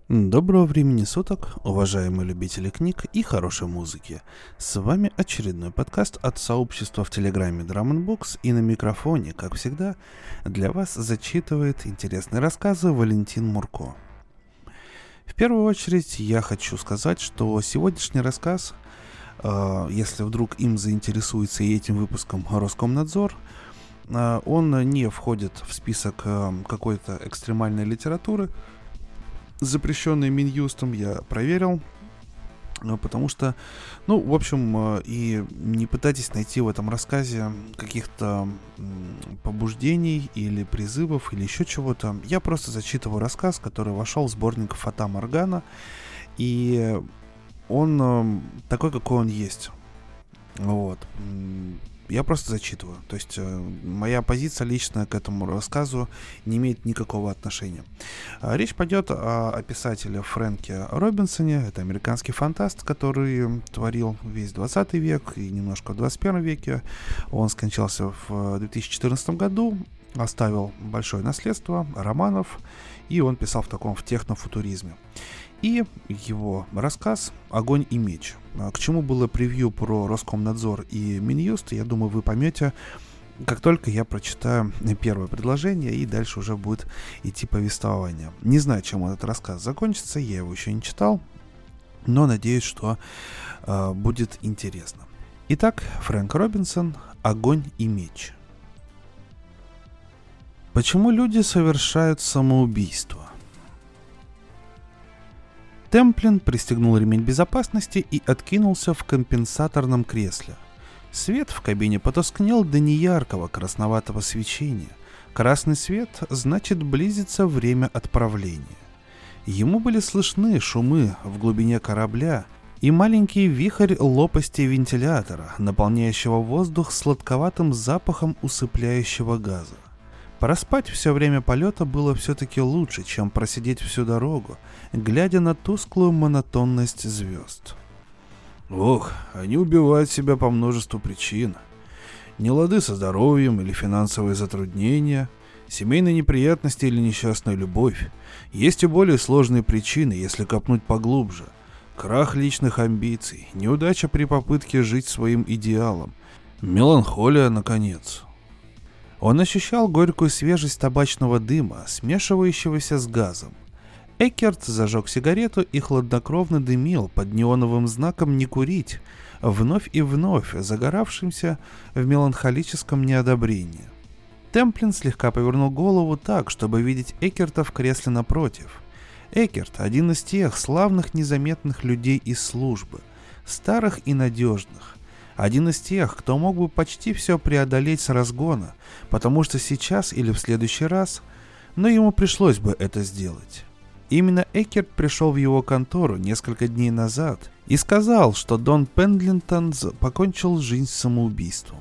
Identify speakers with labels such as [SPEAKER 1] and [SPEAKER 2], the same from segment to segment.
[SPEAKER 1] Доброго времени суток, уважаемые любители книг и хорошей музыки. С вами очередной подкаст от сообщества в Телеграме Drum & Books, и на микрофоне, как всегда, для вас зачитывает интересные рассказы Валентин Мурко. В первую очередь я хочу сказать, что сегодняшний рассказ, если вдруг им заинтересуется и этим выпуском Роскомнадзор, он не входит в список какой-то экстремальной литературы, запрещенный Минюстом, я проверил, потому что, в общем, и не пытайтесь найти в этом рассказе каких-то побуждений или призывов или еще чего-то. Я просто зачитываю рассказ, который вошел в сборник Фата Моргана, и он такой, какой он есть. Вот. Я просто зачитываю. То есть моя позиция личная к этому рассказу не имеет никакого отношения. Речь пойдет о писателе Фрэнке Робинсоне. Это американский фантаст, который творил весь 20 век и немножко в 21 веке. Он скончался в 2014 году, оставил большое наследство романов, и он писал в технофутуризме. И его рассказ «Огонь и меч». К чему было превью про Роскомнадзор и Минюст, я думаю, вы поймете, как только я прочитаю первое предложение, и дальше уже будет идти повествование. Не знаю, чем этот рассказ закончится, я его еще не читал, но надеюсь, что будет интересно. Итак, Фрэнк Робинсон «Огонь и меч». Почему люди совершают самоубийство? Темплин пристегнул ремень безопасности и откинулся в компенсаторном кресле. Свет в кабине потускнел до неяркого красноватого свечения. Красный свет значит близится время отправления. Ему были слышны шумы в глубине корабля и маленький вихрь лопастей вентилятора, наполняющего воздух сладковатым запахом усыпляющего газа. Проспать все время полета было все-таки лучше, чем просидеть всю дорогу, глядя на тусклую монотонность звезд. Ох, они убивают себя по множеству причин. Нелады со здоровьем или финансовые затруднения, семейные неприятности или несчастная любовь. Есть и более сложные причины, если копнуть поглубже. Крах личных амбиций, неудача при попытке жить своим идеалом, меланхолия, наконец. Он ощущал горькую свежесть табачного дыма, смешивающегося с газом. Эккерт зажег сигарету и хладнокровно дымил под неоновым знаком «Не курить», вновь и вновь загоравшимся в меланхолическом неодобрении. Темплин слегка повернул голову так, чтобы видеть Эккерта в кресле напротив. Эккерт – один из тех славных незаметных людей из службы, старых и надежных. Один из тех, кто мог бы почти все преодолеть с разгона, потому что сейчас или в следующий раз, но ему пришлось бы это сделать. Именно Эккерт пришел в его контору несколько дней назад и сказал, что Дон Пендлинтон покончил жизнь самоубийством.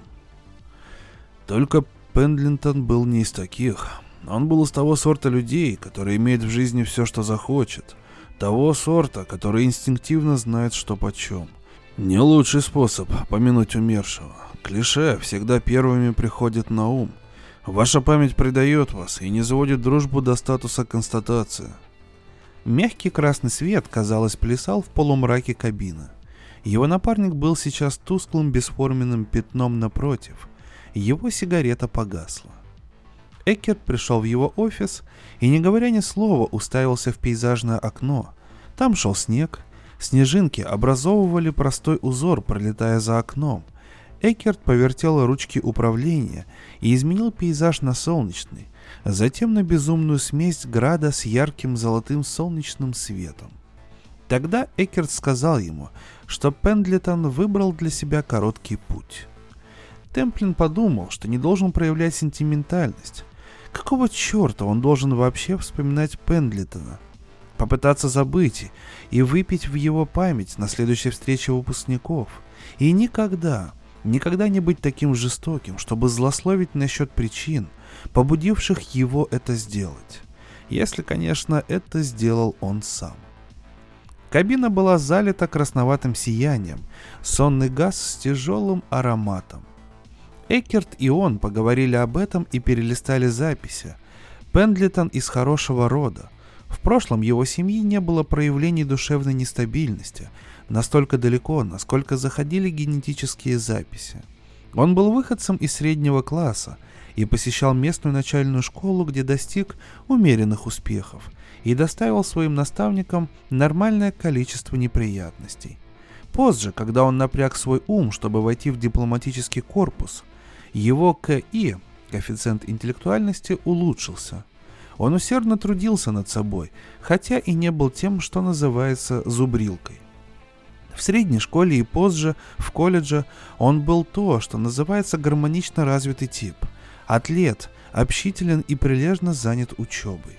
[SPEAKER 1] Только Пендлинтон был не из таких. Он был из того сорта людей, которые имеют в жизни все, что захочет. Того сорта, который инстинктивно знает, что почем. Не лучший способ помянуть умершего. Клише всегда первыми приходят на ум. Ваша память предает вас и не заводит дружбу до статуса констатации. Мягкий красный свет, казалось, плясал в полумраке кабины. Его напарник был сейчас тусклым бесформенным пятном напротив. Его сигарета погасла. Эккерт пришел в его офис и, не говоря ни слова, уставился в пейзажное окно. Там шел снег. Снежинки образовывали простой узор, пролетая за окном. Эккерт повертел ручки управления и изменил пейзаж на солнечный, затем на безумную смесь града с ярким золотым солнечным светом. Тогда Эккерт сказал ему, что Пендлитон выбрал для себя короткий путь. Темплин подумал, что не должен проявлять сентиментальность. Какого черта он должен вообще вспоминать Пендлитона? Попытаться забыть и выпить в его память на следующей встрече выпускников. И никогда не быть таким жестоким, чтобы злословить насчет причин, побудивших его это сделать. Если, конечно, это сделал он сам. Кабина была залита красноватым сиянием, сонный газ с тяжелым ароматом. Эккерт и он поговорили об этом и перелистали записи. Пендлитон из хорошего рода. В прошлом его семьи не было проявлений душевной нестабильности настолько далеко, насколько заходили генетические записи. Он был выходцем из среднего класса и посещал местную начальную школу, где достиг умеренных успехов и доставил своим наставникам нормальное количество неприятностей. Позже, когда он напряг свой ум, чтобы войти в дипломатический корпус, его КИ, коэффициент интеллектуальности, улучшился. Он усердно трудился над собой, хотя и не был тем, что называется зубрилкой. В средней школе и позже, в колледже, он был то, что называется гармонично развитый тип. Атлет, общителен и прилежно занят учебой.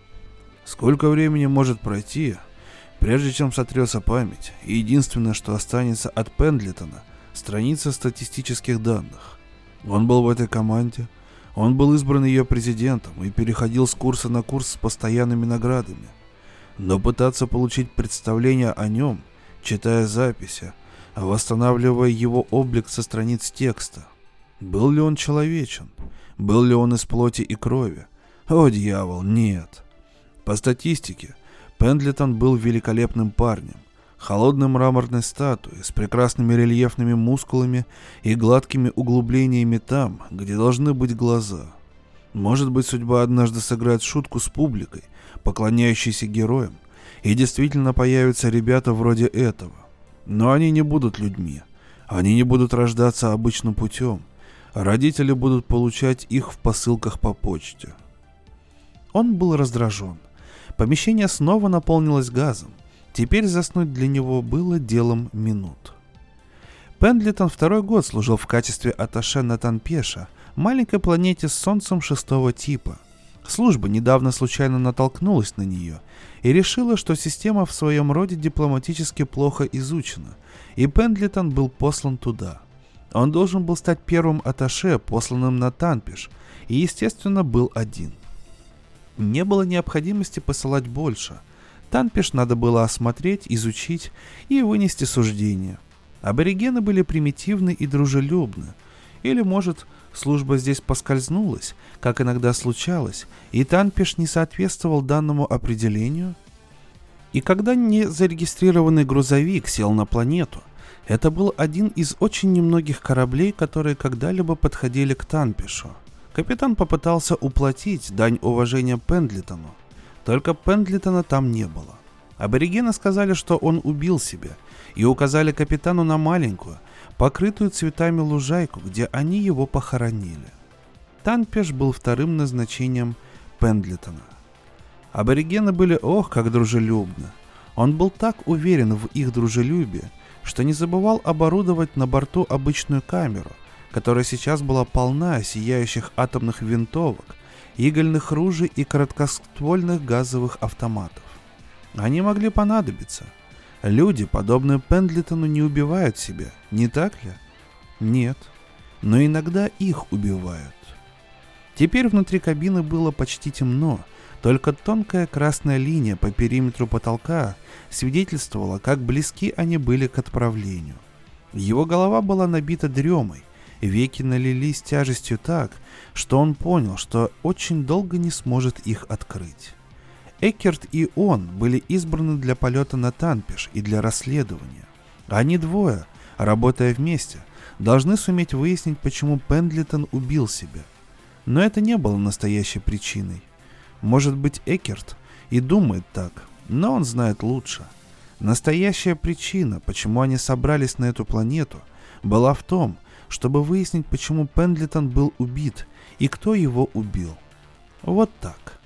[SPEAKER 2] Сколько времени может пройти, прежде чем сотрется память, и единственное, что останется от Пендлетона — страница статистических данных. Он был в этой команде, он был избран ее президентом и переходил с курса на курс с постоянными наградами. Но пытаться получить представление о нем, читая записи, восстанавливая его облик со страниц текста. Был ли он человечен? Был ли он из плоти и крови? О, дьявол, нет. По статистике, Пендлетон был великолепным парнем, холодной мраморной статуей с прекрасными рельефными мускулами и гладкими углублениями там, где должны быть глаза. Может быть, судьба однажды сыграет шутку с публикой, поклоняющейся героям, и действительно появятся ребята вроде этого. Но они не будут людьми, они не будут рождаться обычным путем, родители будут получать их в посылках по почте.
[SPEAKER 1] Он был раздражен. Помещение снова наполнилось газом. Теперь заснуть для него было делом минут. Пендлетон второй год служил в качестве атташе на Танпеша, маленькой планете с солнцем 6-го типа. Служба недавно случайно натолкнулась на нее и решила, что система в своем роде дипломатически плохо изучена, и Пендлетон был послан туда. Он должен был стать первым атташе, посланным на Танпеш, и, естественно, был один. Не было необходимости посылать больше. Танпеш надо было осмотреть, изучить и вынести суждение. Аборигены были примитивны и дружелюбны. Или, может, служба здесь поскользнулась, как иногда случалось, и Танпеш не соответствовал данному определению? И когда незарегистрированный грузовик сел на планету, это был один из очень немногих кораблей, которые когда-либо подходили к Танпешу. Капитан попытался уплатить дань уважения Пендлетону, только Пендлетона там не было. Аборигены сказали, что он убил себя, и указали капитану на маленькую, покрытую цветами лужайку, где они его похоронили. Танпеш был вторым назначением Пендлетона. Аборигены были как дружелюбны. Он был так уверен в их дружелюбии, что не забывал оборудовать на борту обычную камеру, которая сейчас была полна сияющих атомных винтовок, игольных ружей и короткоствольных газовых автоматов. Они могли понадобиться. Люди, подобные Пендлетону, не убивают себя, не так ли? Нет, но иногда их убивают. Теперь внутри кабины было почти темно, только тонкая красная линия по периметру потолка свидетельствовала, как близки они были к отправлению. Его голова была набита дремой, веки налились тяжестью так, что он понял, что очень долго не сможет их открыть. Эккерт и он были избраны для полета на Танпеш и для расследования. Они двое, работая вместе, должны суметь выяснить, почему Пендлетон убил себя. Но это не было настоящей причиной. Может быть, Эккерт и думает так, но он знает лучше. Настоящая причина, почему они собрались на эту планету, была в том, чтобы выяснить, почему Пендлетон был убит и кто его убил. Вот так.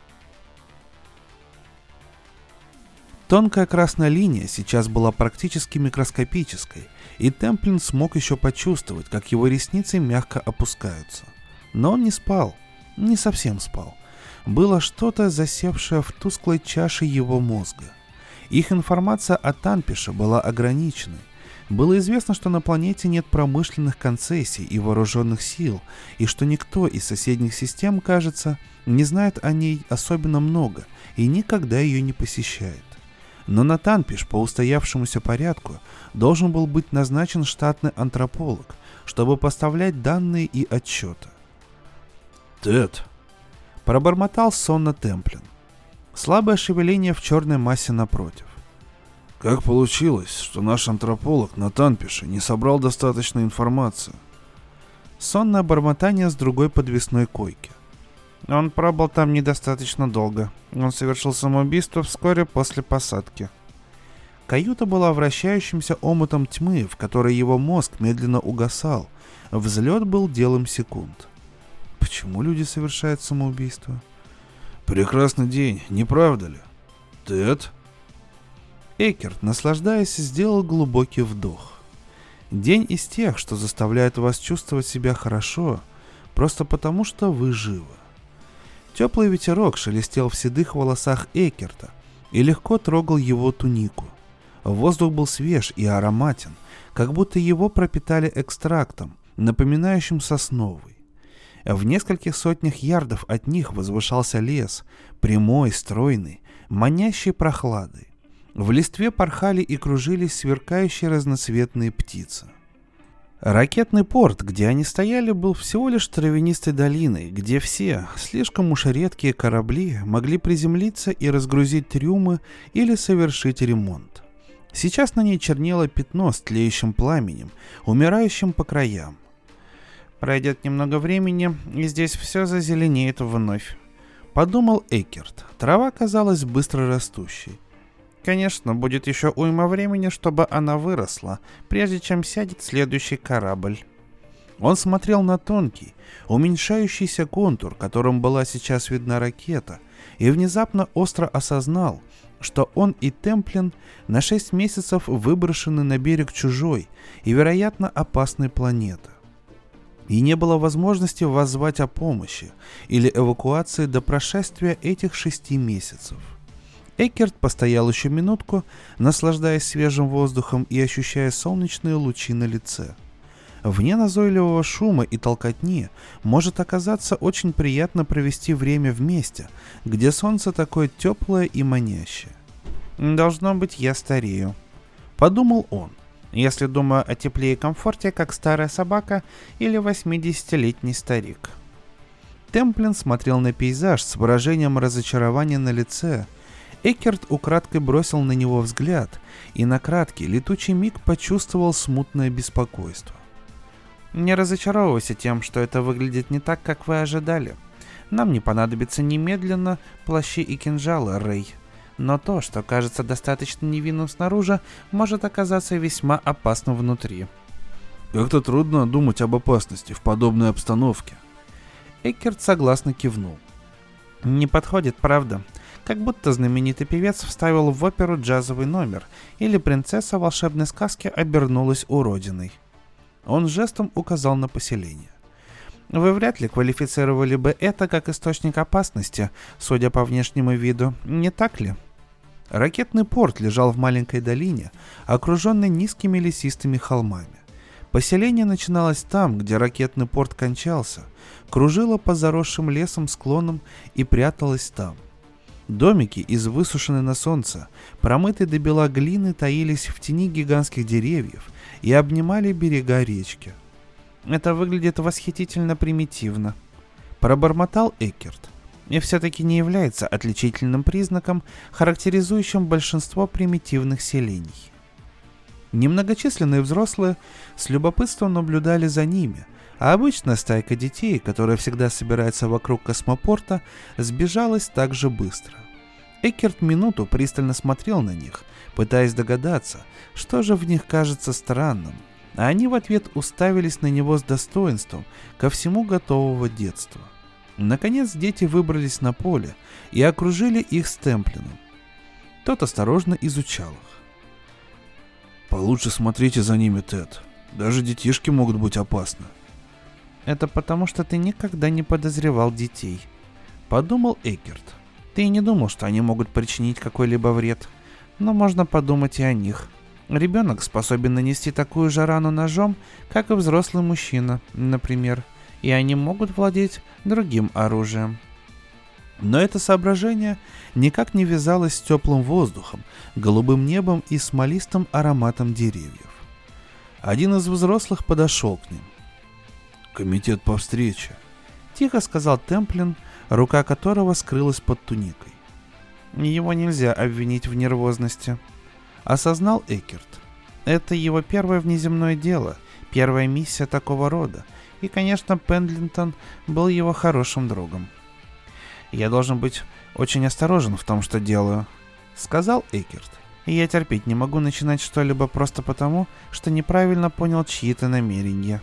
[SPEAKER 1] Тонкая красная линия сейчас была практически микроскопической, и Темплин смог еще почувствовать, как его ресницы мягко опускаются. Но он не спал, не совсем спал. Было что-то, засевшее в тусклой чаше его мозга. Их информация о Танпеше была ограниченной. Было известно, что на планете нет промышленных концессий и вооруженных сил, и что никто из соседних систем, кажется, не знает о ней особенно много и никогда ее не посещает. Но на Танпеш по устоявшемуся порядку должен был быть назначен штатный антрополог, чтобы поставлять данные и отчеты.
[SPEAKER 2] «Тед»,
[SPEAKER 1] — пробормотал сонно Темплин. Слабое шевеление в черной массе напротив.
[SPEAKER 2] Как получилось, что наш антрополог на Танпише не собрал достаточно информации?
[SPEAKER 1] Сонное бормотание с другой подвесной койки. Он пробыл там недостаточно долго. Он совершил самоубийство вскоре после посадки. Каюта была вращающимся омутом тьмы, в которой его мозг медленно угасал. Взлет был делом секунд. Почему люди совершают самоубийство?
[SPEAKER 2] Прекрасный день, не правда ли? Тед?
[SPEAKER 1] Эккерт, наслаждаясь, сделал глубокий вдох. День из тех, что заставляет вас чувствовать себя хорошо, просто потому, что вы живы. Теплый ветерок шелестел в седых волосах Эккерта и легко трогал его тунику. Воздух был свеж и ароматен, как будто его пропитали экстрактом, напоминающим сосновый. В нескольких сотнях ярдов от них возвышался лес, прямой, стройный, манящий прохладой. В листве порхали и кружились сверкающие разноцветные птицы. Ракетный порт, где они стояли, был всего лишь травянистой долиной, где все, слишком уж редкие корабли, могли приземлиться и разгрузить трюмы или совершить ремонт. Сейчас на ней чернело пятно с тлеющим пламенем, умирающим по краям. «Пройдет немного времени, и здесь все зазеленеет вновь», — подумал Эккерт. Трава казалась быстро растущей. Конечно, будет еще уйма времени, чтобы она выросла, прежде чем сядет следующий корабль. Он смотрел на тонкий, уменьшающийся контур, которым была сейчас видна ракета, и внезапно остро осознал, что он и Темплин на 6 месяцев выброшены на берег чужой и, вероятно, опасной планеты. И не было возможности воззвать о помощи или эвакуации до прошествия этих 6 месяцев. Эккерт постоял еще минутку, наслаждаясь свежим воздухом и ощущая солнечные лучи на лице. Вне назойливого шума и толкотни может оказаться очень приятно провести время вместе, где солнце такое теплое и манящее. «Должно быть, я старею», — подумал он, если думаю о тепле и комфорте, как старая собака или 80-летний старик. Темплин смотрел на пейзаж с выражением разочарования на лице. Эккерт украдкой бросил на него взгляд и на краткий летучий миг почувствовал смутное беспокойство. «Не разочаровывайся тем, что это выглядит не так, как вы ожидали. Нам не понадобится немедленно плащи и кинжалы, Рэй. Но то, что кажется достаточно невинным снаружи, может оказаться весьма опасным внутри».
[SPEAKER 2] «Как-то трудно думать об опасности в подобной обстановке».
[SPEAKER 1] Эккерт согласно кивнул. «Не подходит, правда? Как будто знаменитый певец вставил в оперу джазовый номер, или принцесса волшебной сказки обернулась уродиной». Он жестом указал на поселение. «Вы вряд ли квалифицировали бы это как источник опасности, судя по внешнему виду, не так ли?» Ракетный порт лежал в маленькой долине, окруженной низкими лесистыми холмами. Поселение начиналось там, где ракетный порт кончался, кружило по заросшим лесом склонам и пряталось там. Домики из высушенной на солнце, промытой до бела глины, таились в тени гигантских деревьев и обнимали берега речки. «Это выглядит восхитительно примитивно», — пробормотал Эккерт, «и все-таки не является отличительным признаком, характеризующим большинство примитивных селений». Немногочисленные взрослые с любопытством наблюдали за ними, а обычная стайка детей, которая всегда собирается вокруг космопорта, сбежалась так же быстро. Эккерт минуту пристально смотрел на них, пытаясь догадаться, что же в них кажется странным, а они в ответ уставились на него с достоинством ко всему готового детства. Наконец дети выбрались на поле и окружили их с Темплином. Тот осторожно изучал их.
[SPEAKER 2] «Получше смотрите за ними, Тед. Даже детишки могут быть опасны».
[SPEAKER 1] «Это потому, что ты никогда не подозревал детей», — подумал Эккерт. «Ты и не думал, что они могут причинить какой-либо вред. Но можно подумать и о них. Ребенок способен нанести такую же рану ножом, как и взрослый мужчина, например, и они могут владеть другим оружием». Но это соображение никак не вязалось с теплым воздухом, голубым небом и смолистым ароматом деревьев. Один из взрослых подошел к ним.
[SPEAKER 2] «Комитет по встрече»,
[SPEAKER 1] — тихо сказал Темплин, рука которого скрылась под туникой. Его нельзя обвинить в нервозности, осознал Эккерт. Это его первое внеземное дело, первая миссия такого рода, и, конечно, Пендлинтон был его хорошим другом. «Я должен быть очень осторожен в том, что делаю», — сказал Эккерт. «И я терпеть не могу начинать что-либо просто потому, что неправильно понял чьи-то намерения».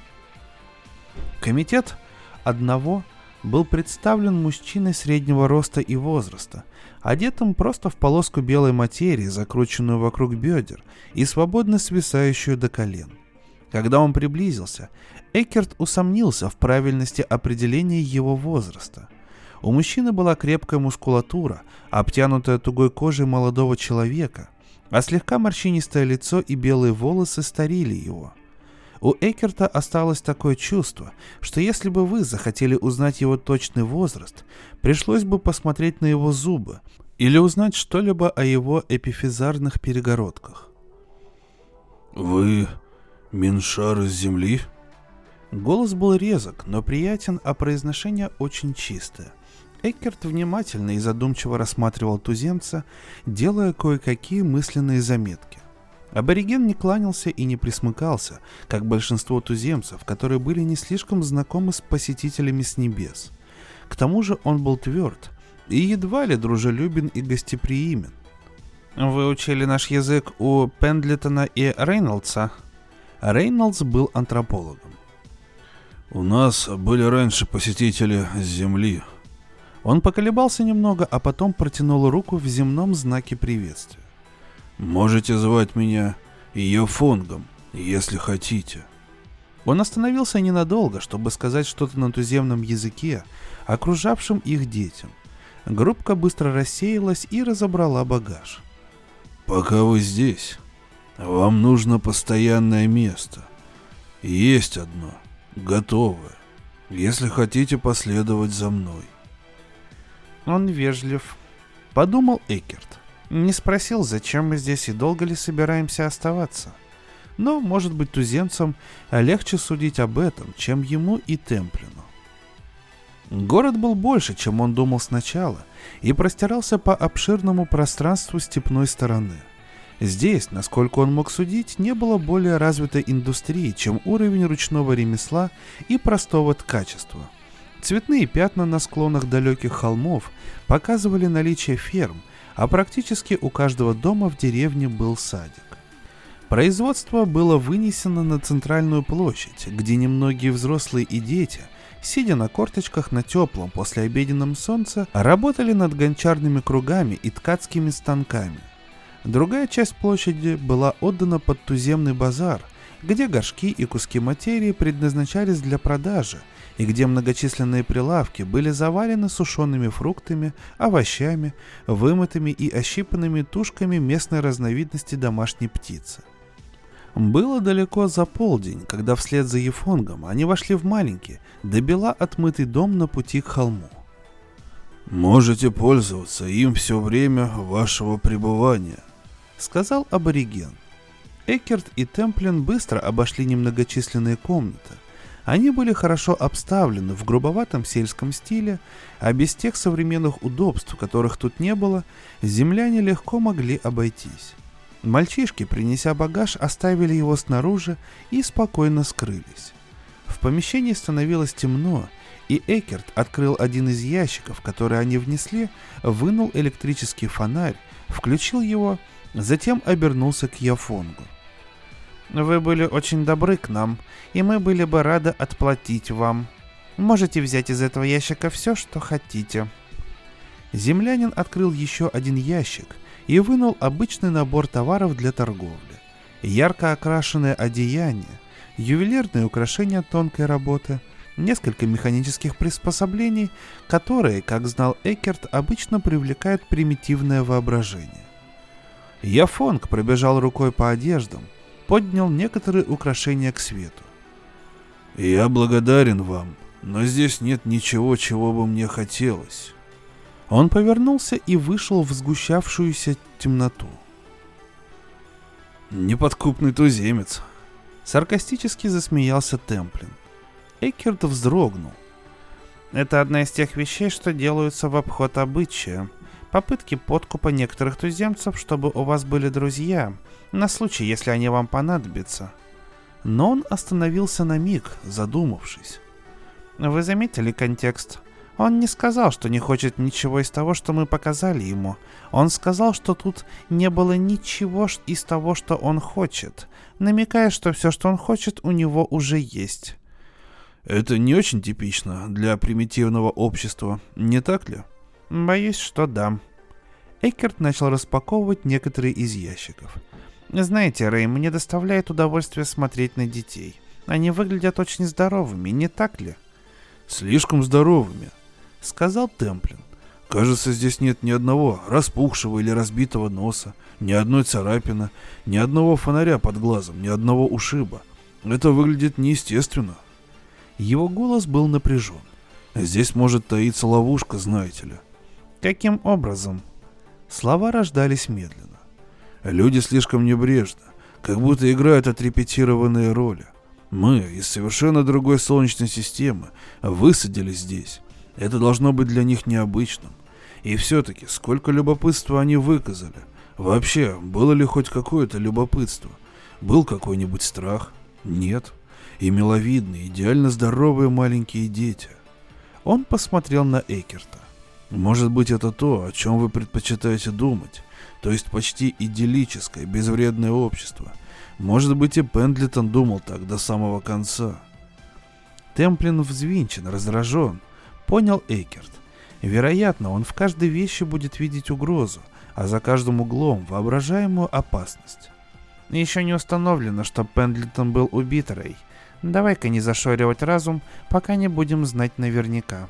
[SPEAKER 1] Комитет одного был представлен мужчиной среднего роста и возраста, одетым просто в полоску белой материи, закрученную вокруг бедер и свободно свисающую до колен. Когда он приблизился, Эккерт усомнился в правильности определения его возраста. У мужчины была крепкая мускулатура, обтянутая тугой кожей молодого человека, а слегка морщинистое лицо и белые волосы старили его. У Эккерта осталось такое чувство, что если бы вы захотели узнать его точный возраст, пришлось бы посмотреть на его зубы или узнать что-либо о его эпифизарных перегородках.
[SPEAKER 2] «Вы Меншар из земли?»
[SPEAKER 1] Голос был резок, но приятен, а произношение очень чистое. Эккерт внимательно и задумчиво рассматривал туземца, делая кое-какие мысленные заметки. Абориген не кланялся и не присмыкался, как большинство туземцев, которые были не слишком знакомы с посетителями с небес. К тому же он был тверд и едва ли дружелюбен и гостеприимен. «Вы учили наш язык у Пендлитона и Рейнольдса?» Рейнольдс был антропологом.
[SPEAKER 2] «У нас были раньше посетители с земли».
[SPEAKER 1] Он поколебался немного, а потом протянул руку в земном знаке приветствия.
[SPEAKER 2] «Можете звать меня Йофонгом, если хотите».
[SPEAKER 1] Он остановился ненадолго, чтобы сказать что-то на туземном языке, окружавшем их детям. Группка быстро рассеялась и разобрала багаж.
[SPEAKER 2] «Пока вы здесь, вам нужно постоянное место. Есть одно, готовое, если хотите последовать за мной».
[SPEAKER 1] Он вежлив, подумал Эккерт. Не спросил, зачем мы здесь и долго ли собираемся оставаться. Но, может быть, туземцам легче судить об этом, чем ему и Темплину. Город был больше, чем он думал сначала, и простирался по обширному пространству степной стороны. Здесь, насколько он мог судить, не было более развитой индустрии, чем уровень ручного ремесла и простого ткачества. Цветные пятна на склонах далеких холмов показывали наличие ферм, а практически у каждого дома в деревне был садик. Производство было вынесено на центральную площадь, где немногие взрослые и дети, сидя на корточках на теплом послеобеденном солнце, работали над гончарными кругами и ткацкими станками. Другая часть площади была отдана под туземный базар, где горшки и куски материи предназначались для продажи, и где многочисленные прилавки были завалены сушеными фруктами, овощами, вымытыми и ощипанными тушками местной разновидности домашней птицы. Было далеко за полдень, когда вслед за Йофонгом они вошли в маленький, добела отмытый дом на пути к холму.
[SPEAKER 2] «Можете пользоваться им все время вашего пребывания», — сказал абориген.
[SPEAKER 1] Эккерт и Темплин быстро обошли немногочисленные комнаты. Они были хорошо обставлены в грубоватом сельском стиле, а без тех современных удобств, которых тут не было, земляне легко могли обойтись. Мальчишки, принеся багаж, оставили его снаружи и спокойно скрылись. В помещении становилось темно, и Эккерт открыл один из ящиков, который они внесли, вынул электрический фонарь, включил его, затем обернулся к Йофонгу. «Вы были очень добры к нам, и мы были бы рады отплатить вам. Можете взять из этого ящика все, что хотите». Землянин открыл еще один ящик и вынул обычный набор товаров для торговли. Ярко окрашенное одеяние, ювелирные украшения тонкой работы, несколько механических приспособлений, которые, как знал Эккерт, обычно привлекают примитивное воображение. Йофонг пробежал рукой по одеждам, поднял некоторые украшения к свету.
[SPEAKER 2] «Я благодарен вам, но здесь нет ничего, чего бы мне хотелось».
[SPEAKER 1] Он повернулся и вышел в сгущавшуюся темноту.
[SPEAKER 2] «Неподкупный туземец»,
[SPEAKER 1] — саркастически засмеялся Темплин. Эккерт вздрогнул. «Это одна из тех вещей, что делаются в обход обычая», — Попытки подкупа некоторых туземцев, чтобы у вас были друзья, на случай, если они вам понадобятся. Но он остановился на миг, задумавшись. Вы заметили контекст? Он не сказал, что не хочет ничего из того, что мы показали ему. Он сказал, что тут не было ничего из того, что он хочет, намекая, что все, что он хочет, у него уже есть.
[SPEAKER 2] Это не очень типично для примитивного общества, не так ли?
[SPEAKER 1] Боюсь, что да. Эккерт начал распаковывать некоторые из ящиков. Знаете, Рэй, мне доставляет удовольствие смотреть на детей. Они выглядят очень здоровыми, не так ли?
[SPEAKER 2] Слишком здоровыми, сказал Темплин. Кажется, здесь нет ни одного распухшего или разбитого носа, ни одной царапины, ни одного фонаря под глазом, ни одного ушиба. Это выглядит неестественно.
[SPEAKER 1] Его голос был напряжен.
[SPEAKER 2] Здесь может таиться ловушка, знаете ли.
[SPEAKER 1] Каким образом? Слова рождались медленно.
[SPEAKER 2] Люди слишком небрежны, как будто играют отрепетированные роли. Мы из совершенно другой солнечной системы высадились здесь. Это должно быть для них необычным. И все-таки, сколько любопытства они выказали. Вообще, было ли хоть какое-то любопытство? Был какой-нибудь страх? Нет. И миловидные, идеально здоровые маленькие дети. Он посмотрел на Эккерта. Может быть, это то, о чем вы предпочитаете думать, то есть почти идиллическое, безвредное общество. Может быть, и Пендлетон думал так до самого конца.
[SPEAKER 1] Темплин взвинчен, раздражен, понял Эккерт. Вероятно, он в каждой вещи будет видеть угрозу, а за каждым углом воображаемую опасность. Еще не установлено, что Пендлетон был убит, Рэй. Давай-ка не зашоривать разум, пока не будем знать наверняка.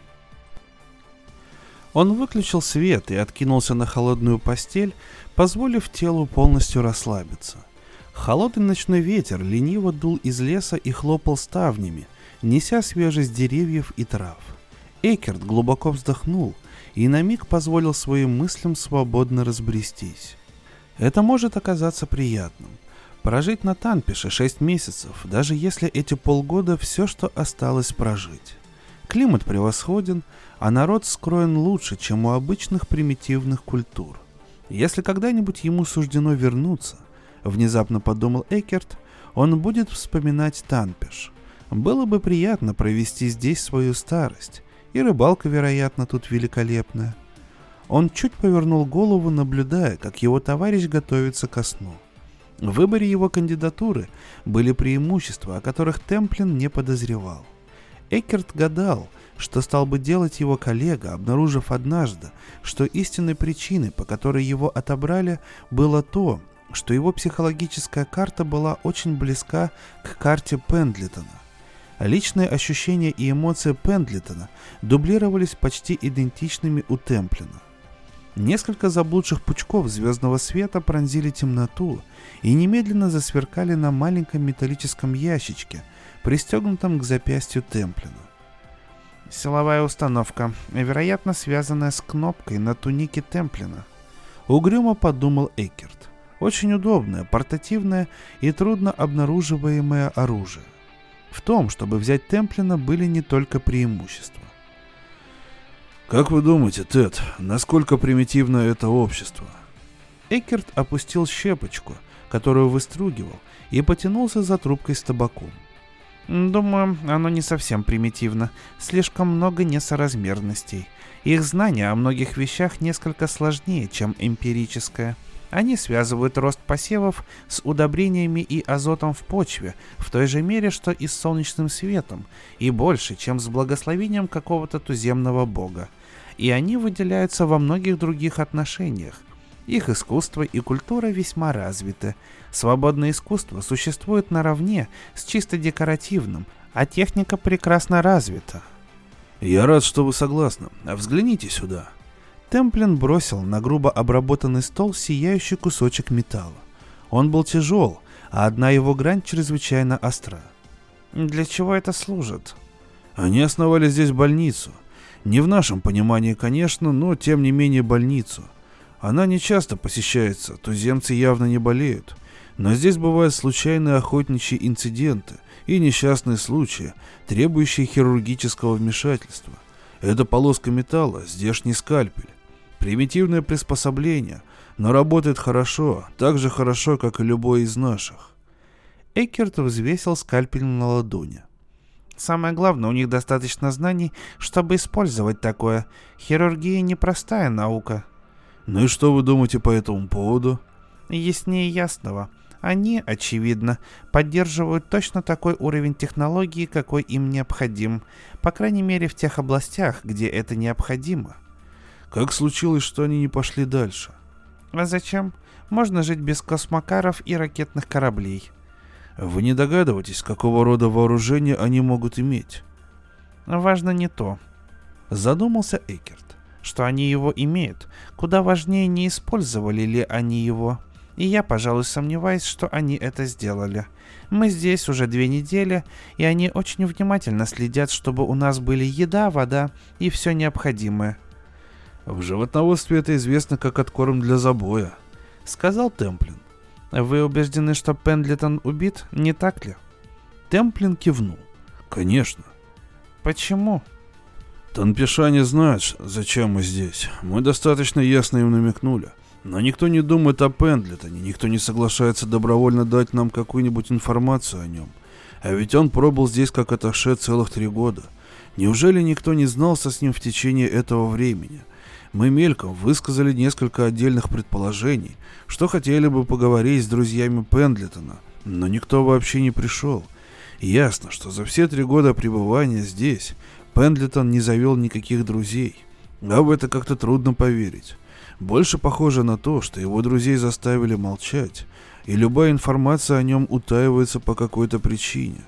[SPEAKER 1] Он выключил свет и откинулся на холодную постель, позволив телу полностью расслабиться. Холодный ночной ветер лениво дул из леса и хлопал ставнями, неся свежесть деревьев и трав. Эккерт глубоко вздохнул и на миг позволил своим мыслям свободно разбрестись. Это может оказаться приятным. Прожить на Танпише 6 месяцев, даже если эти полгода все, что осталось прожить. Климат превосходен, а народ скроен лучше, чем у обычных примитивных культур. Если когда-нибудь ему суждено вернуться, внезапно подумал Эккерт, он будет вспоминать Танпиш. Было бы приятно провести здесь свою старость, и рыбалка, вероятно, тут великолепная. Он чуть повернул голову, наблюдая, как его товарищ готовится ко сну. В выборе его кандидатуры были преимущества, о которых Темплин не подозревал. Эккерт гадал, что стал бы делать его коллега, обнаружив однажды, что истинной причиной, по которой его отобрали, было то, что его психологическая карта была очень близка к карте Пендлетона. Личные ощущения и эмоции Пендлетона дублировались почти идентичными у Темплина. Несколько заблудших пучков звездного света пронзили темноту и немедленно засверкали на маленьком металлическом ящичке, пристегнутом к запястью Темплина. Силовая установка, вероятно, связанная с кнопкой на тунике Темплина. Угрюмо подумал Эккерт. Очень удобное, портативное и трудно обнаруживаемое оружие. В том, чтобы взять Темплина, были не только преимущества.
[SPEAKER 2] Как вы думаете, Тед, насколько примитивно это общество?
[SPEAKER 1] Эккерт опустил щепочку, которую выстругивал, и потянулся за трубкой с табаком. Думаю, оно не совсем примитивно, слишком много несоразмерностей. Их знание о многих вещах несколько сложнее, чем эмпирическое. Они связывают рост посевов с удобрениями и азотом в почве в той же мере, что и с солнечным светом, и больше, чем с благословением какого-то туземного бога. И они выделяются во многих других отношениях. Их искусство и культура весьма развиты. Свободное искусство существует наравне с чисто декоративным, а техника прекрасно развита.
[SPEAKER 2] Я рад, что вы согласны. Взгляните сюда.
[SPEAKER 1] Темплин бросил на грубо обработанный стол сияющий кусочек металла. Он был тяжел, а одна его грань чрезвычайно остра. Для чего это служит?
[SPEAKER 2] Они основали здесь больницу. Не в нашем понимании, конечно, но тем не менее больницу. Она не часто посещается, туземцы явно не болеют. Но здесь бывают случайные охотничьи инциденты и несчастные случаи, требующие хирургического вмешательства. Это полоска металла, здешний скальпель. Примитивное приспособление, но работает хорошо, так же хорошо, как и любой из наших.
[SPEAKER 1] Эккерт взвесил скальпель на ладони. Самое главное, у них достаточно знаний, чтобы использовать такое. Хирургия непростая наука.
[SPEAKER 2] Ну и что вы думаете по этому поводу?
[SPEAKER 1] Яснее ясного. Они, очевидно, поддерживают точно такой уровень технологии, какой им необходим. По крайней мере, в тех областях, где это необходимо.
[SPEAKER 2] Как случилось, что они не пошли дальше?
[SPEAKER 1] А зачем? Можно жить без космокаров и ракетных кораблей.
[SPEAKER 2] Вы не догадываетесь, какого рода вооружение они могут иметь?
[SPEAKER 1] Важно не то. Задумался Эккерт, что они его имеют. Куда важнее, не использовали ли они его. И я, пожалуй, сомневаюсь, что они это сделали. Мы здесь уже 2 недели, и они очень внимательно следят, чтобы у нас были еда, вода и все необходимое.
[SPEAKER 2] В животноводстве это известно как откорм для забоя, сказал Темплин.
[SPEAKER 1] Вы убеждены, что Пендлетон убит, не так ли?
[SPEAKER 2] Темплин кивнул. Конечно.
[SPEAKER 1] Почему?
[SPEAKER 2] Танпишане знают, зачем мы здесь. Мы достаточно ясно им намекнули. Но никто не думает о Пендлетоне, никто не соглашается добровольно дать нам какую-нибудь информацию о нем. А ведь он пробыл здесь как атташе целых 3 года. Неужели никто не знался с ним в течение этого времени? Мы мельком высказали несколько отдельных предположений, что хотели бы поговорить с друзьями Пендлетона, но никто вообще не пришел. Ясно, что за все 3 года пребывания здесь Пендлетон не завел никаких друзей. А в это как-то трудно поверить. Больше похоже на то, что его друзей заставили молчать, и любая информация о нем утаивается по какой-то причине.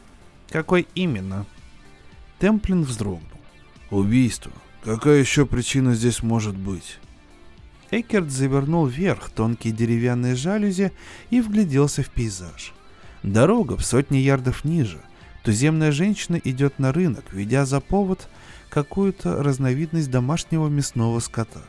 [SPEAKER 1] Какой именно?
[SPEAKER 2] Темплин вздрогнул. Убийство. Какая еще причина здесь может быть?
[SPEAKER 1] Эккерт завернул вверх тонкие деревянные жалюзи и вгляделся в пейзаж. Дорога в сотни ярдов ниже. Туземная женщина идет на рынок, ведя за повод какую-то разновидность домашнего мясного скота.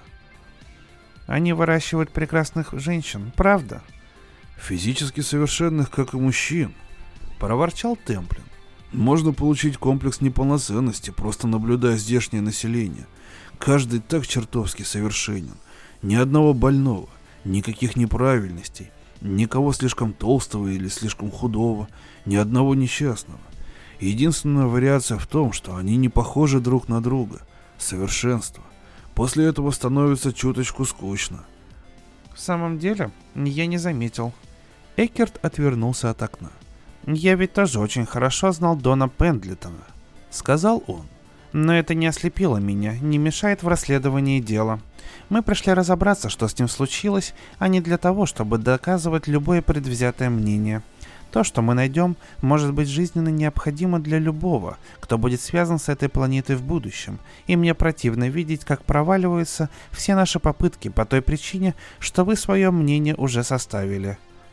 [SPEAKER 1] Они выращивают прекрасных женщин, правда?
[SPEAKER 2] Физически совершенных, как и мужчин, проворчал Темплин. Можно получить комплекс неполноценности, просто наблюдая здешнее население. Каждый так чертовски совершенен. Ни одного больного, никаких неправильностей, никого слишком толстого или слишком худого, ни одного несчастного. Единственная вариация в том, что они не похожи друг на друга. Совершенство. После этого становится чуточку скучно.
[SPEAKER 1] В самом деле, я не заметил. Эккерт отвернулся от окна. Я ведь тоже очень хорошо знал Дона Пендлетона, сказал он. Но это не ослепило меня, не мешает в расследовании дела. Мы пришли разобраться, что с ним случилось, а не для того, чтобы доказывать любое предвзятое мнение. То, что мы найдем, может быть жизненно необходимо для любого, кто будет связан с этой планетой в будущем, и мне противно видеть, как проваливаются все наши попытки по той причине, что вы свое мнение уже составили.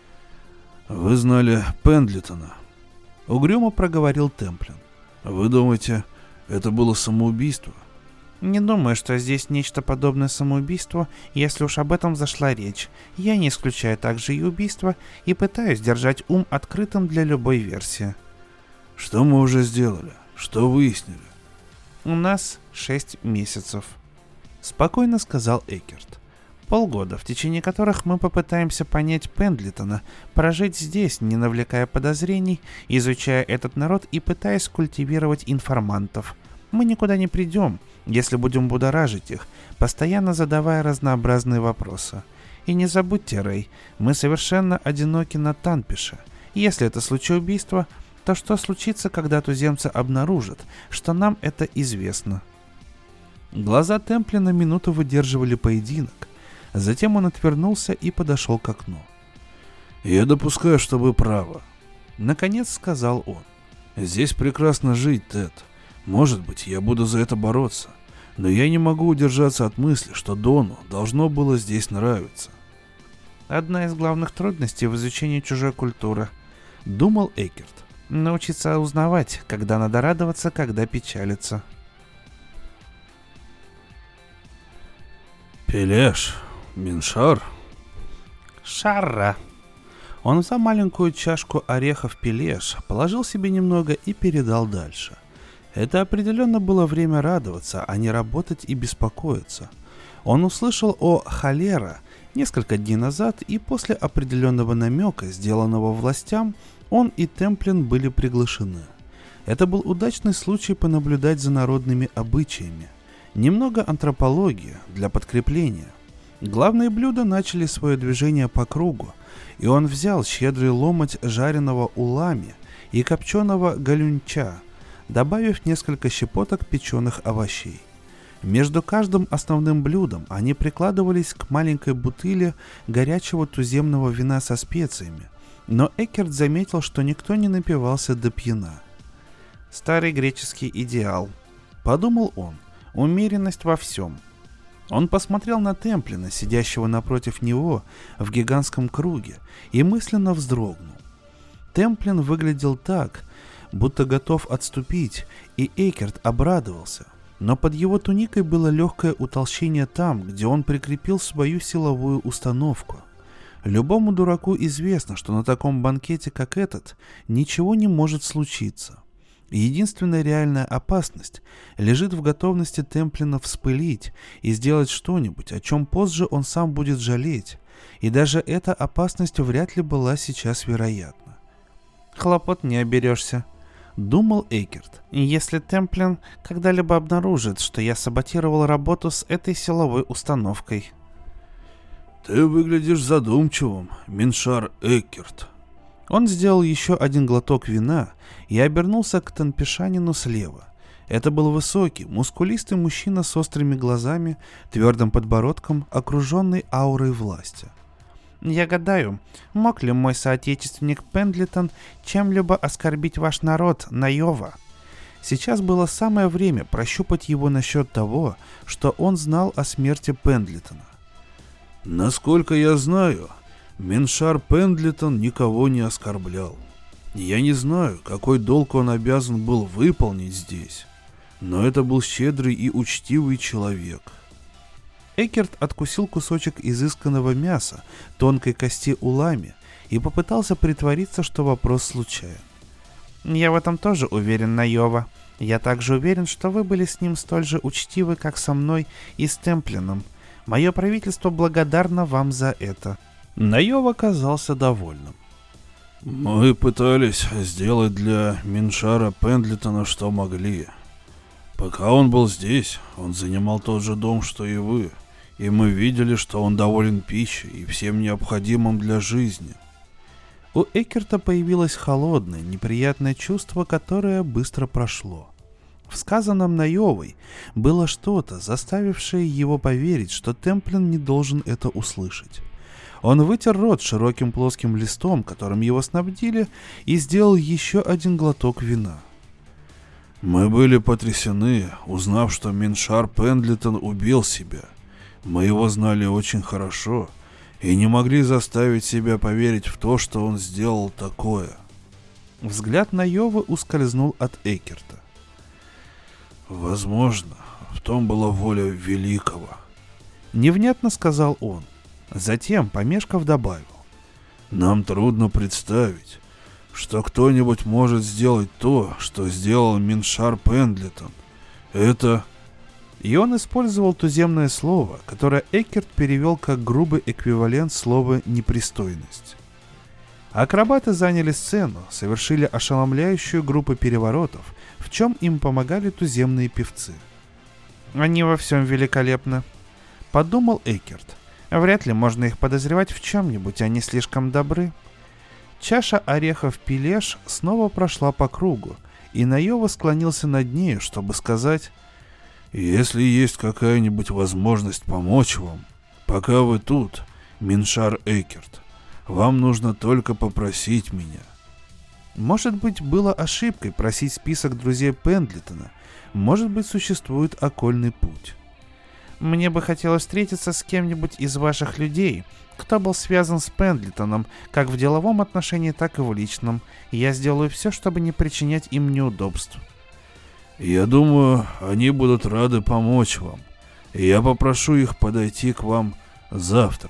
[SPEAKER 2] «Вы знали Пендлетона», — угрюмо проговорил Темплин. «Вы думаете, это было самоубийство?»
[SPEAKER 1] Не думаю, что здесь нечто подобное самоубийству, если уж об этом зашла речь. Я не исключаю также и убийство и пытаюсь держать ум открытым для любой версии.
[SPEAKER 2] Что мы уже сделали? Что выяснили?
[SPEAKER 1] У нас 6 месяцев, спокойно сказал Эккерт. Полгода, в течение которых мы попытаемся понять Пендлетона, прожить здесь, не навлекая подозрений, изучая этот народ и пытаясь культивировать информантов. Мы никуда не придем, если будем будоражить их, постоянно задавая разнообразные вопросы. И не забудьте, Рэй, мы совершенно одиноки на Танпише. Если это случай убийства, то что случится, когда туземцы обнаружат, что нам это известно? Глаза Темплина минуту выдерживали поединок. Затем он отвернулся и подошел к окну.
[SPEAKER 2] «Я допускаю, что вы правы»,
[SPEAKER 1] — наконец сказал он.
[SPEAKER 2] «Здесь прекрасно жить, Тед. Может быть, я буду за это бороться, но я не могу удержаться от мысли, что Дону должно было здесь нравиться».
[SPEAKER 1] Одна из главных трудностей в изучении чужой культуры, думал Эккерт. Научиться узнавать, когда надо радоваться, когда печалиться.
[SPEAKER 2] «Пелеш, Миншар?»
[SPEAKER 1] «Шарра». Он взял маленькую чашку орехов пелеш, положил себе немного и передал дальше. Это определенно было время радоваться, а не работать и беспокоиться. Он услышал о холера несколько дней назад, и после определенного намека, сделанного властям, он и Темплин были приглашены. Это был удачный случай понаблюдать за народными обычаями. Немного антропологии для подкрепления. Главные блюда начали свое движение по кругу, и он взял щедрый ломоть жареного улами и копченого галюнча, добавив несколько щепоток печеных овощей. Между каждым основным блюдом они прикладывались к маленькой бутыли горячего туземного вина со специями, но Эккерт заметил, что никто не напивался до пьяна. «Старый греческий идеал», — подумал он, — «умеренность во всем». Он посмотрел на Темплина, сидящего напротив него в гигантском круге, и мысленно вздрогнул. Темплин выглядел так, будто готов отступить, и Эккерт обрадовался, но под его туникой было легкое утолщение там, где он прикрепил свою силовую установку. Любому дураку известно, что на таком банкете, как этот, ничего не может случиться. Единственная реальная опасность лежит в готовности Темплина вспылить и сделать что-нибудь, о чем позже он сам будет жалеть, и даже эта опасность вряд ли была сейчас вероятна. «Хлопот не оберешься», — думал Эккерт, «если Темплин когда-либо обнаружит, что я саботировал работу с этой силовой установкой».
[SPEAKER 2] «Ты выглядишь задумчивым, Миншар Эккерт».
[SPEAKER 1] Он сделал еще один глоток вина и обернулся к Танпишанину слева. Это был высокий, мускулистый мужчина с острыми глазами, твердым подбородком, окруженный аурой власти. «Я гадаю, мог ли мой соотечественник Пендлитон чем-либо оскорбить ваш народ, Найова?» Сейчас было самое время прощупать его насчет того, что он знал о смерти Пендлитона.
[SPEAKER 2] «Насколько я знаю, Миншар Пендлитон никого не оскорблял. Я не знаю, какой долг он обязан был выполнить здесь, но это был щедрый и учтивый человек».
[SPEAKER 1] Эккерт откусил кусочек изысканного мяса, тонкой кости улами, и попытался притвориться, что вопрос случайен. «Я в этом тоже уверен, Найова. Я также уверен, что вы были с ним столь же учтивы, как со мной и с Темплином. Мое правительство благодарно вам за это». Найова казался довольным.
[SPEAKER 2] «Мы пытались сделать для Миншара Пендлитона, что могли. Пока он был здесь, он занимал тот же дом, что и вы, и мы видели, что он доволен пищей и всем необходимым для жизни».
[SPEAKER 1] У Эккерта появилось холодное, неприятное чувство, которое быстро прошло. В сказанном Найовой было что-то, заставившее его поверить, что Темплин не должен это услышать. Он вытер рот широким плоским листом, которым его снабдили, и сделал еще один глоток вина.
[SPEAKER 2] «Мы были потрясены, узнав, что Миншар Пендлитон убил себя. Мы его знали очень хорошо и не могли заставить себя поверить в то, что он сделал такое».
[SPEAKER 1] Взгляд Найовы ускользнул от Эккерта.
[SPEAKER 2] «Возможно, в том была воля великого»,
[SPEAKER 1] — невнятно сказал он. Затем, помешков, добавил:
[SPEAKER 2] «Нам трудно представить, что кто-нибудь может сделать то, что сделал Миншар Пендлитон. Это...»
[SPEAKER 1] И он использовал туземное слово, которое Эккерт перевел как грубый эквивалент слова «непристойность». Акробаты заняли сцену, совершили ошеломляющую группу переворотов, в чем им помогали туземные певцы. «Они во всем великолепны», — подумал Эккерт. «Вряд ли можно их подозревать в чем-нибудь, они слишком добры». Чаша орехов пилеш снова прошла по кругу, и Найова склонился над нею, чтобы сказать:
[SPEAKER 2] «Если есть какая-нибудь возможность помочь вам, пока вы тут, Миншар Эккерт, вам нужно только попросить меня».
[SPEAKER 1] Может быть, было ошибкой просить список друзей Пендлитона, может быть, существует окольный путь. «Мне бы хотелось встретиться с кем-нибудь из ваших людей, кто был связан с Пендлитоном, как в деловом отношении, так и в личном. Я сделаю все, чтобы не причинять им неудобств».
[SPEAKER 2] «Я думаю, они будут рады помочь вам, и я попрошу их подойти к вам завтра».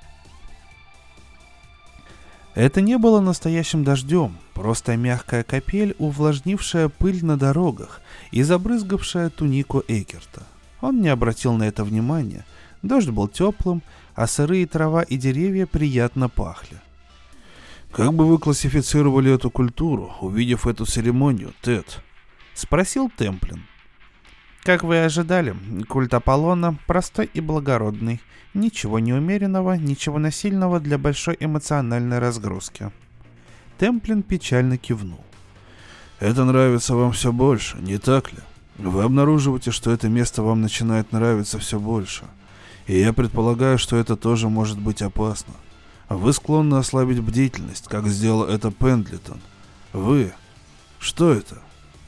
[SPEAKER 1] Это не было настоящим дождем, просто мягкая капель, увлажнившая пыль на дорогах и забрызгавшая тунику Эккерта. Он не обратил на это внимания, Дождь был теплым, а сырые трава и деревья приятно пахли.
[SPEAKER 2] «Как бы вы классифицировали эту культуру, увидев эту церемонию, Тед?»
[SPEAKER 1] — спросил Темплин. Как вы и ожидали, культ Аполлона простой и благородный. Ничего неумеренного, ничего насильного для большой эмоциональной разгрузки. Темплин печально кивнул.
[SPEAKER 2] «Это нравится вам все больше, не так ли? Вы обнаруживаете, что это место вам начинает нравиться все больше. И я предполагаю, что это тоже может быть опасно. Вы склонны ослабить бдительность, как сделал это Пендлитон. Вы... Что это?»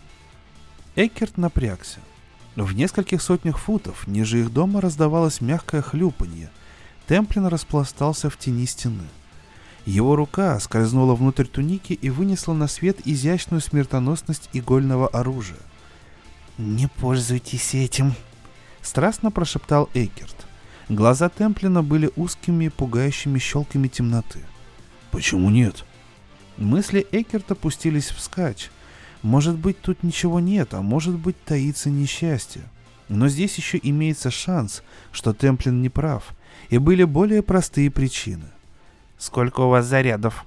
[SPEAKER 1] Эккерт напрягся. В нескольких сотнях футов ниже их дома раздавалось мягкое хлюпанье. Темплин распластался в тени стены. Его рука скользнула внутрь туники и вынесла на свет изящную смертоносность игольного оружия. «Не пользуйтесь этим», — страстно прошептал Эккерт. Глаза Темплина были узкими, пугающими щелками темноты.
[SPEAKER 2] «Почему нет?»
[SPEAKER 1] Мысли Эккерта пустились вскачь. Может быть, тут ничего нет, а может быть, таится несчастье. Но здесь еще имеется шанс, что Темплин не прав, и были более простые причины. «Сколько у вас зарядов?»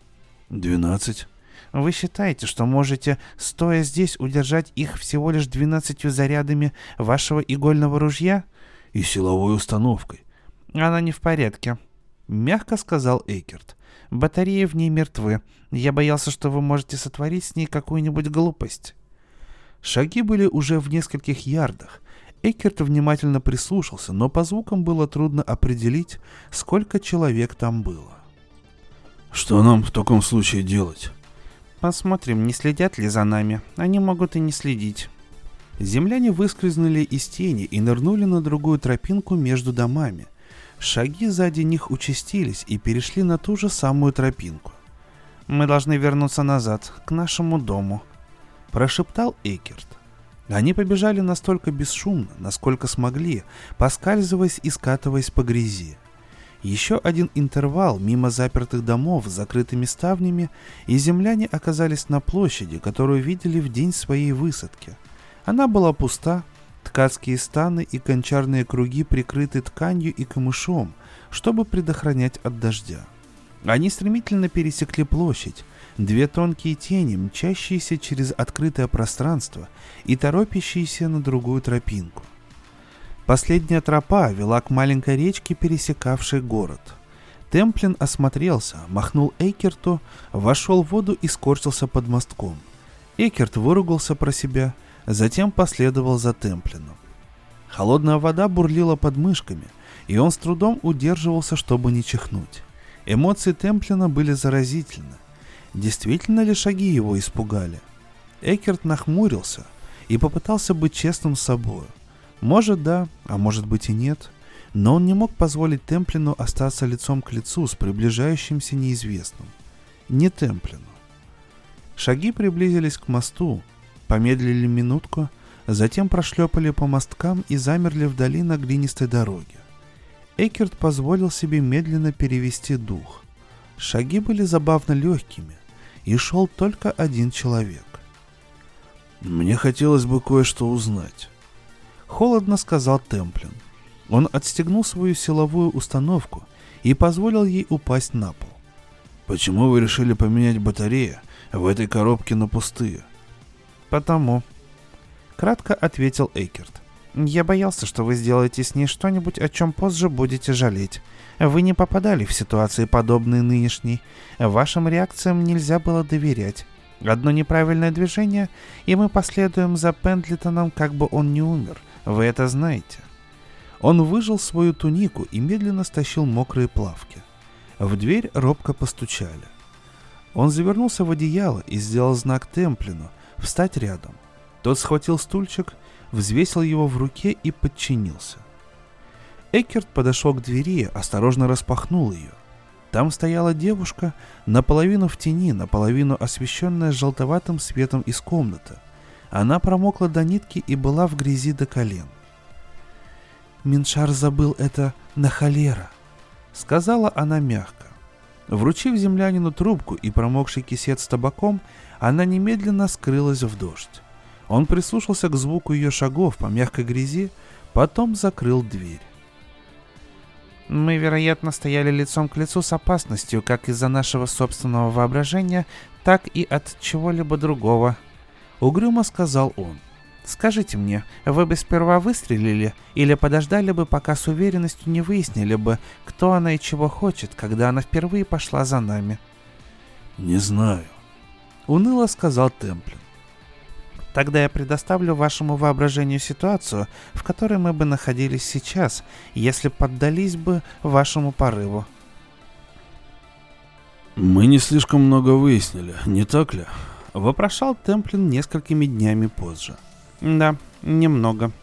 [SPEAKER 2] 12.
[SPEAKER 1] «Вы считаете, что можете, стоя здесь, удержать их всего лишь 12 зарядами вашего игольного ружья?»
[SPEAKER 2] «И силовой установкой».
[SPEAKER 1] «Она не в порядке», — мягко сказал Эккерт. «Батареи в ней мертвы. Я боялся, что вы можете сотворить с ней какую-нибудь глупость». Шаги были уже в нескольких ярдах. Эккерт внимательно прислушался, но по звукам было трудно определить, сколько человек там было.
[SPEAKER 2] «Что нам в таком случае делать?»
[SPEAKER 1] «Посмотрим, не следят ли за нами. Они могут и не следить». Земляне выскользнули из тени и нырнули на другую тропинку между домами. Шаги сзади них участились и перешли на ту же самую тропинку. «Мы должны вернуться назад, к нашему дому», — прошептал Эккерт. Они побежали настолько бесшумно, насколько смогли, поскальзываясь и скатываясь по грязи. Еще один интервал мимо запертых домов с закрытыми ставнями, и земляне оказались на площади, которую видели в день своей высадки. Она была пуста, ткацкие станы и гончарные круги прикрыты тканью и камышом, чтобы предохранять от дождя. Они стремительно пересекли площадь, две тонкие тени, мчащиеся через открытое пространство и торопящиеся на другую тропинку. Последняя тропа вела к маленькой речке, пересекавшей город. Темплин осмотрелся, махнул Эккерту, вошел в воду и скорчился под мостком. Эккерт выругался про себя, затем последовал за Темплином. Холодная вода бурлила под мышками, и он с трудом удерживался, чтобы не чихнуть. Эмоции Темплина были заразительны. Действительно ли шаги его испугали? Эккерт нахмурился и попытался быть честным с собой. Может да, а может быть и нет, но он не мог позволить Темплину остаться лицом к лицу с приближающимся неизвестным. Не Темплину. Шаги приблизились к мосту, помедлили минутку, затем прошлепали по мосткам и замерли вдали на глинистой дороге. Эккерт позволил себе медленно перевести дух. Шаги были забавно легкими, и шел только один человек.
[SPEAKER 2] «Мне хотелось бы кое-что узнать»,
[SPEAKER 1] — холодно сказал Темплин. Он отстегнул свою силовую установку и позволил ей упасть на пол.
[SPEAKER 2] «Почему вы решили поменять батареи в этой коробке на пустые?»
[SPEAKER 1] «Потому», — кратко ответил Эккерт. «Я боялся, что вы сделаете с ней что-нибудь, о чем позже будете жалеть. Вы не попадали в ситуации, подобные нынешней. Вашим реакциям нельзя было доверять. Одно неправильное движение, и мы последуем за Пендлитоном, как бы он ни умер. Вы это знаете». Он выжал свою тунику и медленно стащил мокрые плавки. В дверь робко постучали. Он завернулся в одеяло и сделал знак Темплину встать рядом. Тот схватил стульчик, взвесил его в руке и подчинился. Эккерт подошел к двери, осторожно распахнул ее. Там стояла девушка, наполовину в тени, наполовину освещенная желтоватым светом из комнаты. Она промокла до нитки и была в грязи до колен. «Миншар забыл это на холера», — сказала она мягко. Вручив землянину трубку и промокший кисет с табаком, она немедленно скрылась в дождь. Он прислушался к звуку ее шагов по мягкой грязи, потом закрыл дверь. Мы, вероятно, стояли лицом к лицу с опасностью, как из-за нашего собственного воображения, так и от чего-либо другого. Угрюмо сказал он. Скажите мне, вы бы сперва выстрелили или подождали бы, пока с уверенностью не выяснили бы, кто она и чего хочет, когда она впервые пошла за нами?
[SPEAKER 2] Не знаю, уныло сказал Темплин.
[SPEAKER 1] Тогда я предоставлю вашему воображению ситуацию, в которой мы бы находились сейчас, если поддались бы вашему порыву.
[SPEAKER 2] Мы не слишком много выяснили, не так ли?
[SPEAKER 1] Вопрошал Темплин несколькими днями позже. Да, немного.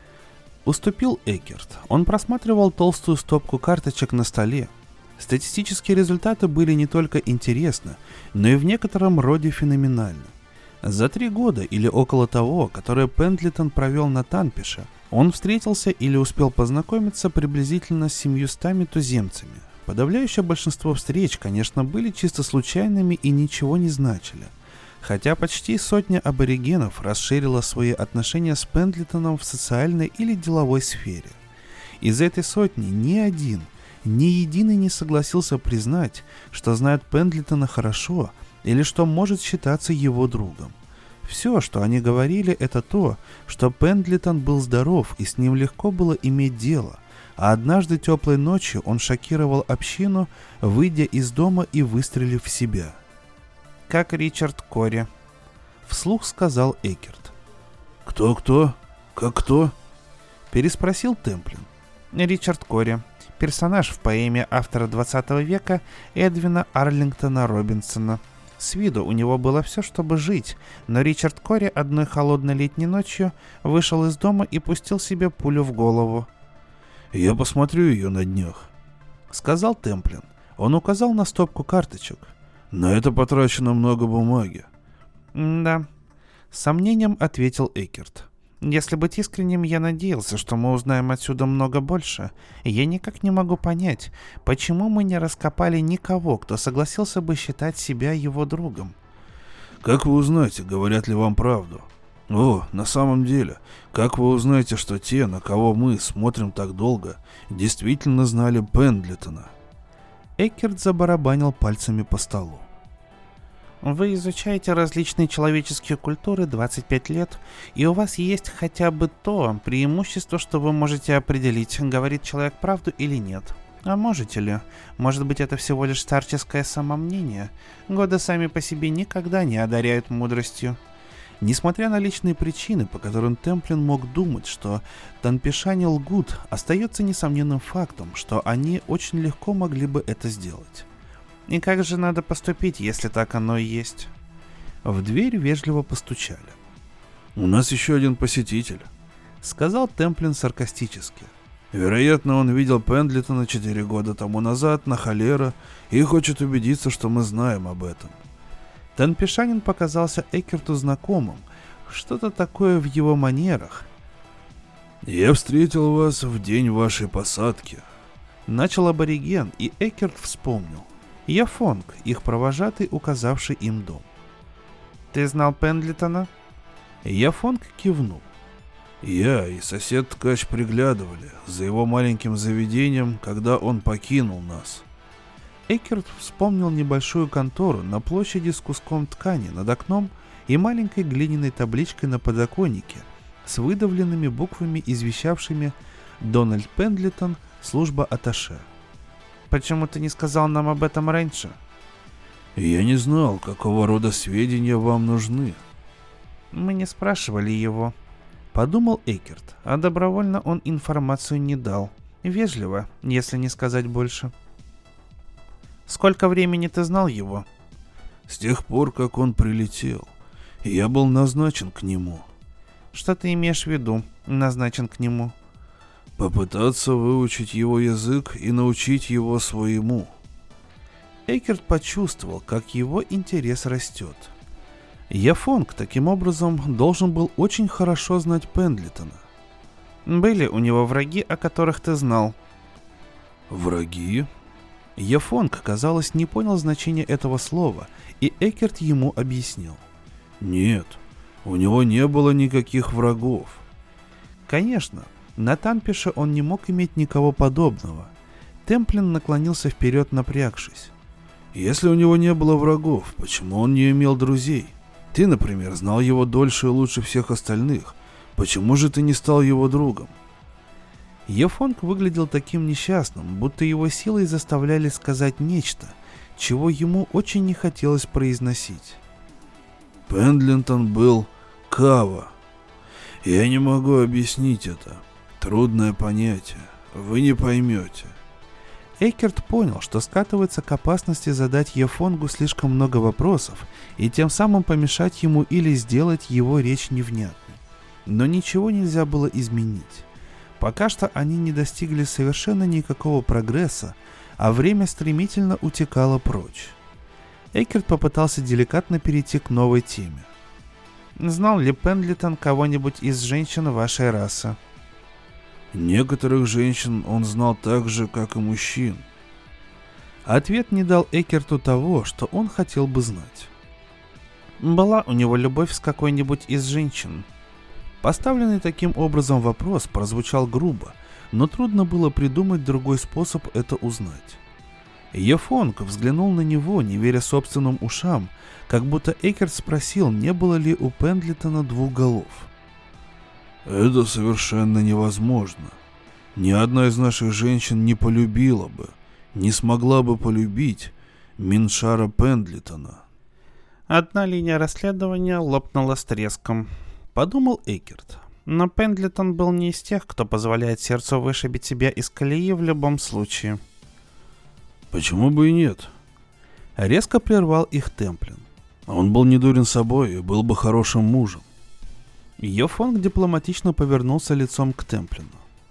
[SPEAKER 1] Уступил Эккерт. Он просматривал толстую стопку карточек на столе. Статистические результаты были не только интересны, но и в некотором роде феноменальны. За 3 года или около того, которые Пендлитон провел на Танпише, он встретился или успел познакомиться приблизительно с 700 туземцами. Подавляющее большинство встреч, конечно, были чисто случайными и ничего не значили. Хотя почти 100 аборигенов расширила свои отношения с Пендлитоном в социальной или деловой сфере. Из этой 100 ни один, ни единый не согласился признать, что знает Пендлитона хорошо или что может считаться его другом. Все, что они говорили, это то, что Пендлитон был здоров и с ним легко было иметь дело, а однажды теплой ночью он шокировал общину, выйдя из дома и выстрелив в себя. «Как Ричард Кори», — вслух сказал Эккерт.
[SPEAKER 2] «Кто-кто? Как кто?»
[SPEAKER 1] — переспросил Темплин. «Ричард Кори, персонаж в поэме автора 20 века Эдвина Арлингтона Робинсона. С виду у него было все, чтобы жить, но Ричард Кори одной холодной летней ночью вышел из дома и пустил себе пулю в голову».
[SPEAKER 2] «Я посмотрю ее на днях»,
[SPEAKER 1] — сказал Темплин. Он указал на стопку карточек.
[SPEAKER 2] «На это потрачено много бумаги».
[SPEAKER 1] «Да», — с сомнением ответил Эккерт. «Если быть искренним, я надеялся, что мы узнаем отсюда много больше. Я никак не могу понять, почему мы не раскопали никого, кто согласился бы считать себя его другом».
[SPEAKER 2] «Как вы узнаете, говорят ли вам правду? О, на самом деле, как вы узнаете, что те, на кого мы смотрим так долго, действительно знали Пендлитона?»
[SPEAKER 1] Эккерт забарабанил пальцами по столу. «Вы изучаете различные человеческие культуры 25 лет, и у вас есть хотя бы то преимущество, что вы можете определить, говорит человек правду или нет. А можете ли? Может быть, это всего лишь старческое самомнение? Годы сами по себе никогда не одаряют мудростью». Несмотря на личные причины, по которым Темплин мог думать, что танпишане лгут, остается несомненным фактом, что они очень легко могли бы это сделать. И как же надо поступить, если так оно и есть? В дверь вежливо постучали.
[SPEAKER 2] «У нас еще один посетитель»,
[SPEAKER 1] — сказал Темплин саркастически.
[SPEAKER 2] «Вероятно, он видел Пендлитона 4 года тому назад на холера и хочет убедиться, что мы знаем об этом».
[SPEAKER 1] Танпишанин показался Эккерту знакомым, что-то такое в его манерах.
[SPEAKER 2] «Я встретил вас в день вашей посадки»,
[SPEAKER 1] — начал абориген, и Эккерт вспомнил. Яфонг, их провожатый, указавший им дом. «Ты знал Пендлитона?» Яфонг кивнул.
[SPEAKER 2] «Я и сосед-ткач приглядывали за его маленьким заведением, когда он покинул нас».
[SPEAKER 1] Эккерт вспомнил небольшую контору на площади с куском ткани над окном и маленькой глиняной табличкой на подоконнике с выдавленными буквами, извещавшими «Дональд Пендлитон, служба атташе». «Почему ты не сказал нам об этом раньше?»
[SPEAKER 2] «Я не знал, какого рода сведения вам нужны».
[SPEAKER 1] «Мы не спрашивали его», — подумал Эккерт, а добровольно он информацию не дал. Вежливо, если не сказать больше. «Сколько времени ты знал его?»
[SPEAKER 2] «С тех пор, как он прилетел. Я был назначен к нему».
[SPEAKER 1] «Что ты имеешь в виду, назначен к нему?»
[SPEAKER 2] «Попытаться выучить его язык и научить его своему».
[SPEAKER 1] Эккерт почувствовал, как его интерес растет. Яфонг, таким образом, должен был очень хорошо знать Пендлитона. «Были у него враги, о которых ты знал?»
[SPEAKER 2] «Враги?»
[SPEAKER 1] Яфонг, казалось, не понял значения этого слова, и Эккерт ему объяснил.
[SPEAKER 2] «Нет, у него не было никаких врагов».
[SPEAKER 1] Конечно, на Танпише он не мог иметь никого подобного. Темплин наклонился вперед, напрягшись.
[SPEAKER 2] Если у него не было врагов, почему он не имел друзей? Ты, например, знал его дольше и лучше всех остальных. Почему же ты не стал его другом?
[SPEAKER 1] Ефонг выглядел таким несчастным, будто его силой заставляли сказать нечто, чего ему очень не хотелось произносить.
[SPEAKER 2] Пендлитон был Кава. Я не могу объяснить это. Трудное понятие. Вы не поймете.
[SPEAKER 1] Эккерт понял, что скатывается к опасности задать Ефонгу слишком много вопросов и тем самым помешать ему или сделать его речь невнятной. Но ничего нельзя было изменить. Пока что они не достигли совершенно никакого прогресса, а время стремительно утекало прочь. Эккерт попытался деликатно перейти к новой теме. «Знал ли Пендлитон кого-нибудь из женщин вашей расы?»
[SPEAKER 2] Некоторых женщин он знал так же, как и мужчин.
[SPEAKER 1] Ответ не дал Эккерту того, что он хотел бы знать. Была у него любовь с какой-нибудь из женщин? Поставленный таким образом вопрос прозвучал грубо, но трудно было придумать другой способ это узнать. Ефонг взглянул на него, не веря собственным ушам, как будто Эккерт спросил, не было ли у Пендлитона двух голов.
[SPEAKER 2] Это совершенно невозможно. Ни одна из наших женщин не полюбила бы, не смогла бы полюбить Миншара Пендлитона.
[SPEAKER 1] Одна линия расследования лопнула с треском, подумал Эккерт. Но Пендлитон был не из тех, кто позволяет сердцу вышибить себя из колеи в любом случае.
[SPEAKER 2] Почему бы и нет?
[SPEAKER 1] Резко прервал их Темплин.
[SPEAKER 2] Он был недурен собой и был бы хорошим мужем.
[SPEAKER 1] Ефонг дипломатично повернулся лицом к Темплину.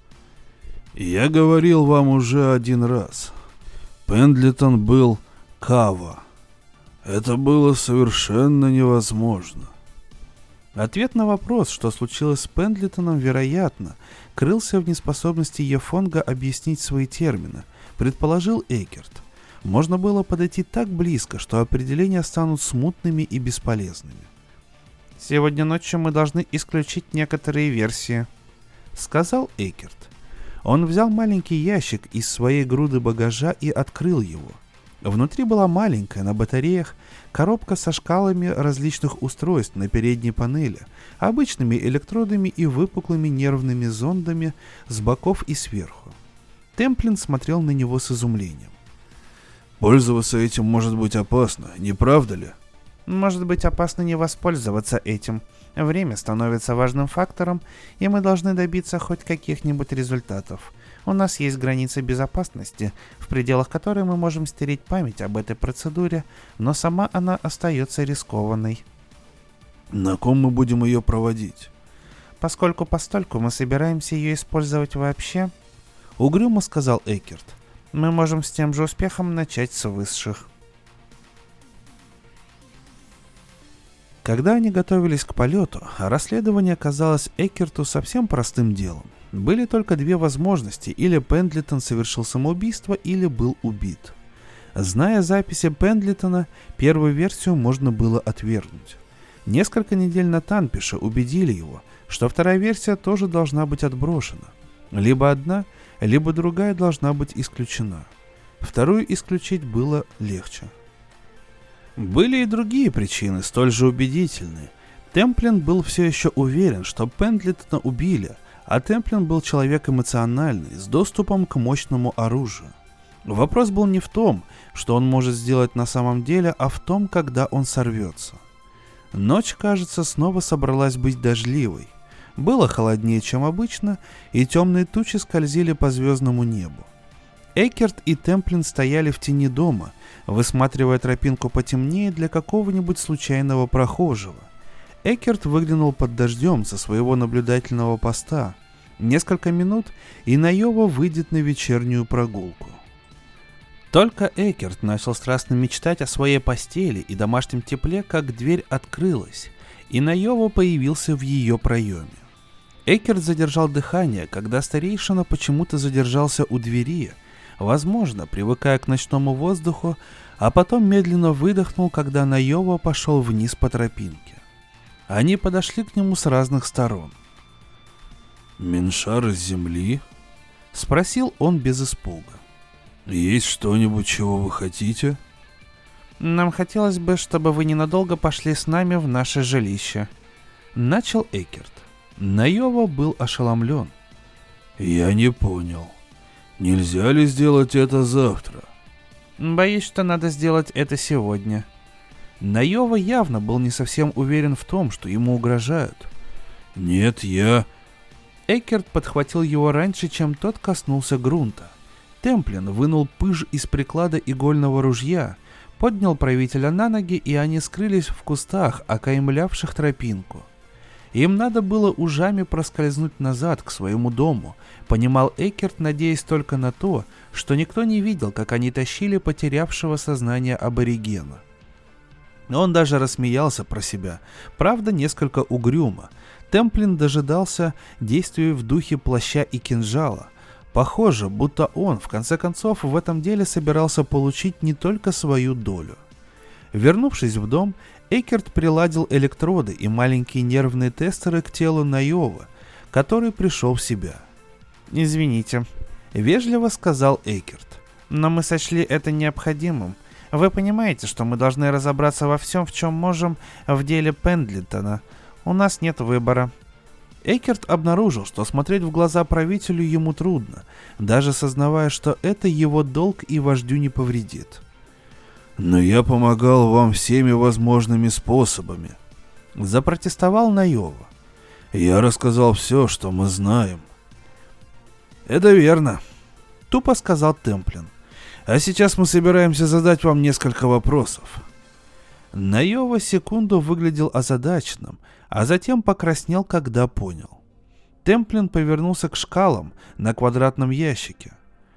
[SPEAKER 2] Я говорил вам уже один раз. Пендлитон был Кава. Это было совершенно невозможно.
[SPEAKER 1] Ответ на вопрос, что случилось с Пендлитоном, вероятно, крылся в неспособности Ефонга объяснить свои термины, предположил Эккерт. Можно было подойти так близко, что определения станут смутными и бесполезными. «Сегодня ночью мы должны исключить некоторые версии», — сказал Эккерт. Он взял маленький ящик из своей груды багажа и открыл его. Внутри была маленькая, на батареях, коробка со шкалами различных устройств на передней панели, обычными электродами и выпуклыми нервными зондами с боков и сверху. Темплин смотрел на него с изумлением.
[SPEAKER 2] «Пользоваться этим может быть опасно, не правда ли?»
[SPEAKER 1] «Может быть опасно не воспользоваться этим. Время становится важным фактором, и мы должны добиться хоть каких-нибудь результатов. У нас есть границы безопасности, в пределах которой мы можем стереть память об этой процедуре, но сама она остается рискованной».
[SPEAKER 2] «На ком мы будем ее проводить?»
[SPEAKER 1] «Поскольку-постольку мы собираемся ее использовать вообще», — угрюмо сказал Эккерт, — «мы можем с тем же успехом начать с высших». Когда они готовились к полету, расследование казалось Эккерту совсем простым делом. Были только две возможности: или Пендлитон совершил самоубийство, или был убит. Зная записи Пендлитона, первую версию можно было отвергнуть. Несколько недель на Танпише убедили его, что вторая версия тоже должна быть отброшена. Либо одна, либо другая должна быть исключена. Вторую исключить было легче. Были и другие причины, столь же убедительные. Темплин был все еще уверен, что Пендлитона убили, а Темплин был человек эмоциональный, с доступом к мощному оружию. Вопрос был не в том, что он может сделать на самом деле, а в том, когда он сорвется. Ночь, кажется, снова собралась быть дождливой. Было холоднее, чем обычно, и темные тучи скользили по звездному небу. Эккерт и Темплин стояли в тени дома, высматривая тропинку потемнее для какого-нибудь случайного прохожего. Эккерт выглянул под дождем со своего наблюдательного поста. Несколько минут, и Найова выйдет на вечернюю прогулку. Только Эккерт начал страстно мечтать о своей постели и домашнем тепле, как дверь открылась, и Найова появился в ее проеме. Эккерт задержал дыхание, когда старейшина почему-то задержался у двери, возможно, привыкая к ночному воздуху, а потом медленно выдохнул, когда Найова пошел вниз по тропинке. Они подошли к нему с разных сторон.
[SPEAKER 2] «Миншар из земли?»
[SPEAKER 1] — спросил он без испуга.
[SPEAKER 2] Есть что-нибудь, чего вы хотите?
[SPEAKER 1] Нам хотелось бы, чтобы вы ненадолго пошли с нами в наше жилище. Начал Эккерт. Найова был ошеломлен.
[SPEAKER 2] Я не понял. Нельзя ли сделать это завтра?
[SPEAKER 1] Боюсь, что надо сделать это сегодня. Найова явно был не совсем уверен в том, что ему угрожают.
[SPEAKER 2] Нет, я...
[SPEAKER 1] Эккерт подхватил его раньше, чем тот коснулся грунта. Темплин вынул пыж из приклада игольного ружья, поднял правителя на ноги, и они скрылись в кустах, окаймлявших тропинку. Им надо было ужами проскользнуть назад к своему дому, понимал Эккерт, надеясь только на то, что никто не видел, как они тащили потерявшего сознание аборигена. Он даже рассмеялся про себя, правда, несколько угрюмо. Темплин дожидался действий в духе плаща и кинжала. Похоже, будто он, в конце концов, в этом деле собирался получить не только свою долю. Вернувшись в дом, Эккерт приладил электроды и маленькие нервные тестеры к телу Найова, который пришел в себя. «Извините», — вежливо сказал Эккерт, — «но мы сочли это необходимым. Вы понимаете, что мы должны разобраться во всем, в чем можем, в деле Пендлитона. У нас нет выбора». Эккерт обнаружил, что смотреть в глаза правителю ему трудно, даже сознавая, что это его долг и вождю не повредит.
[SPEAKER 2] «Но я помогал вам всеми возможными способами»,
[SPEAKER 1] — запротестовал Найова.
[SPEAKER 2] «Я рассказал все, что мы знаем».
[SPEAKER 1] «Это верно», — тупо сказал Темплин.
[SPEAKER 2] «А сейчас мы собираемся задать вам несколько вопросов».
[SPEAKER 1] Найова секунду выглядел озадаченным, а затем покраснел, когда понял. Темплин повернулся к шкалам на квадратном ящике.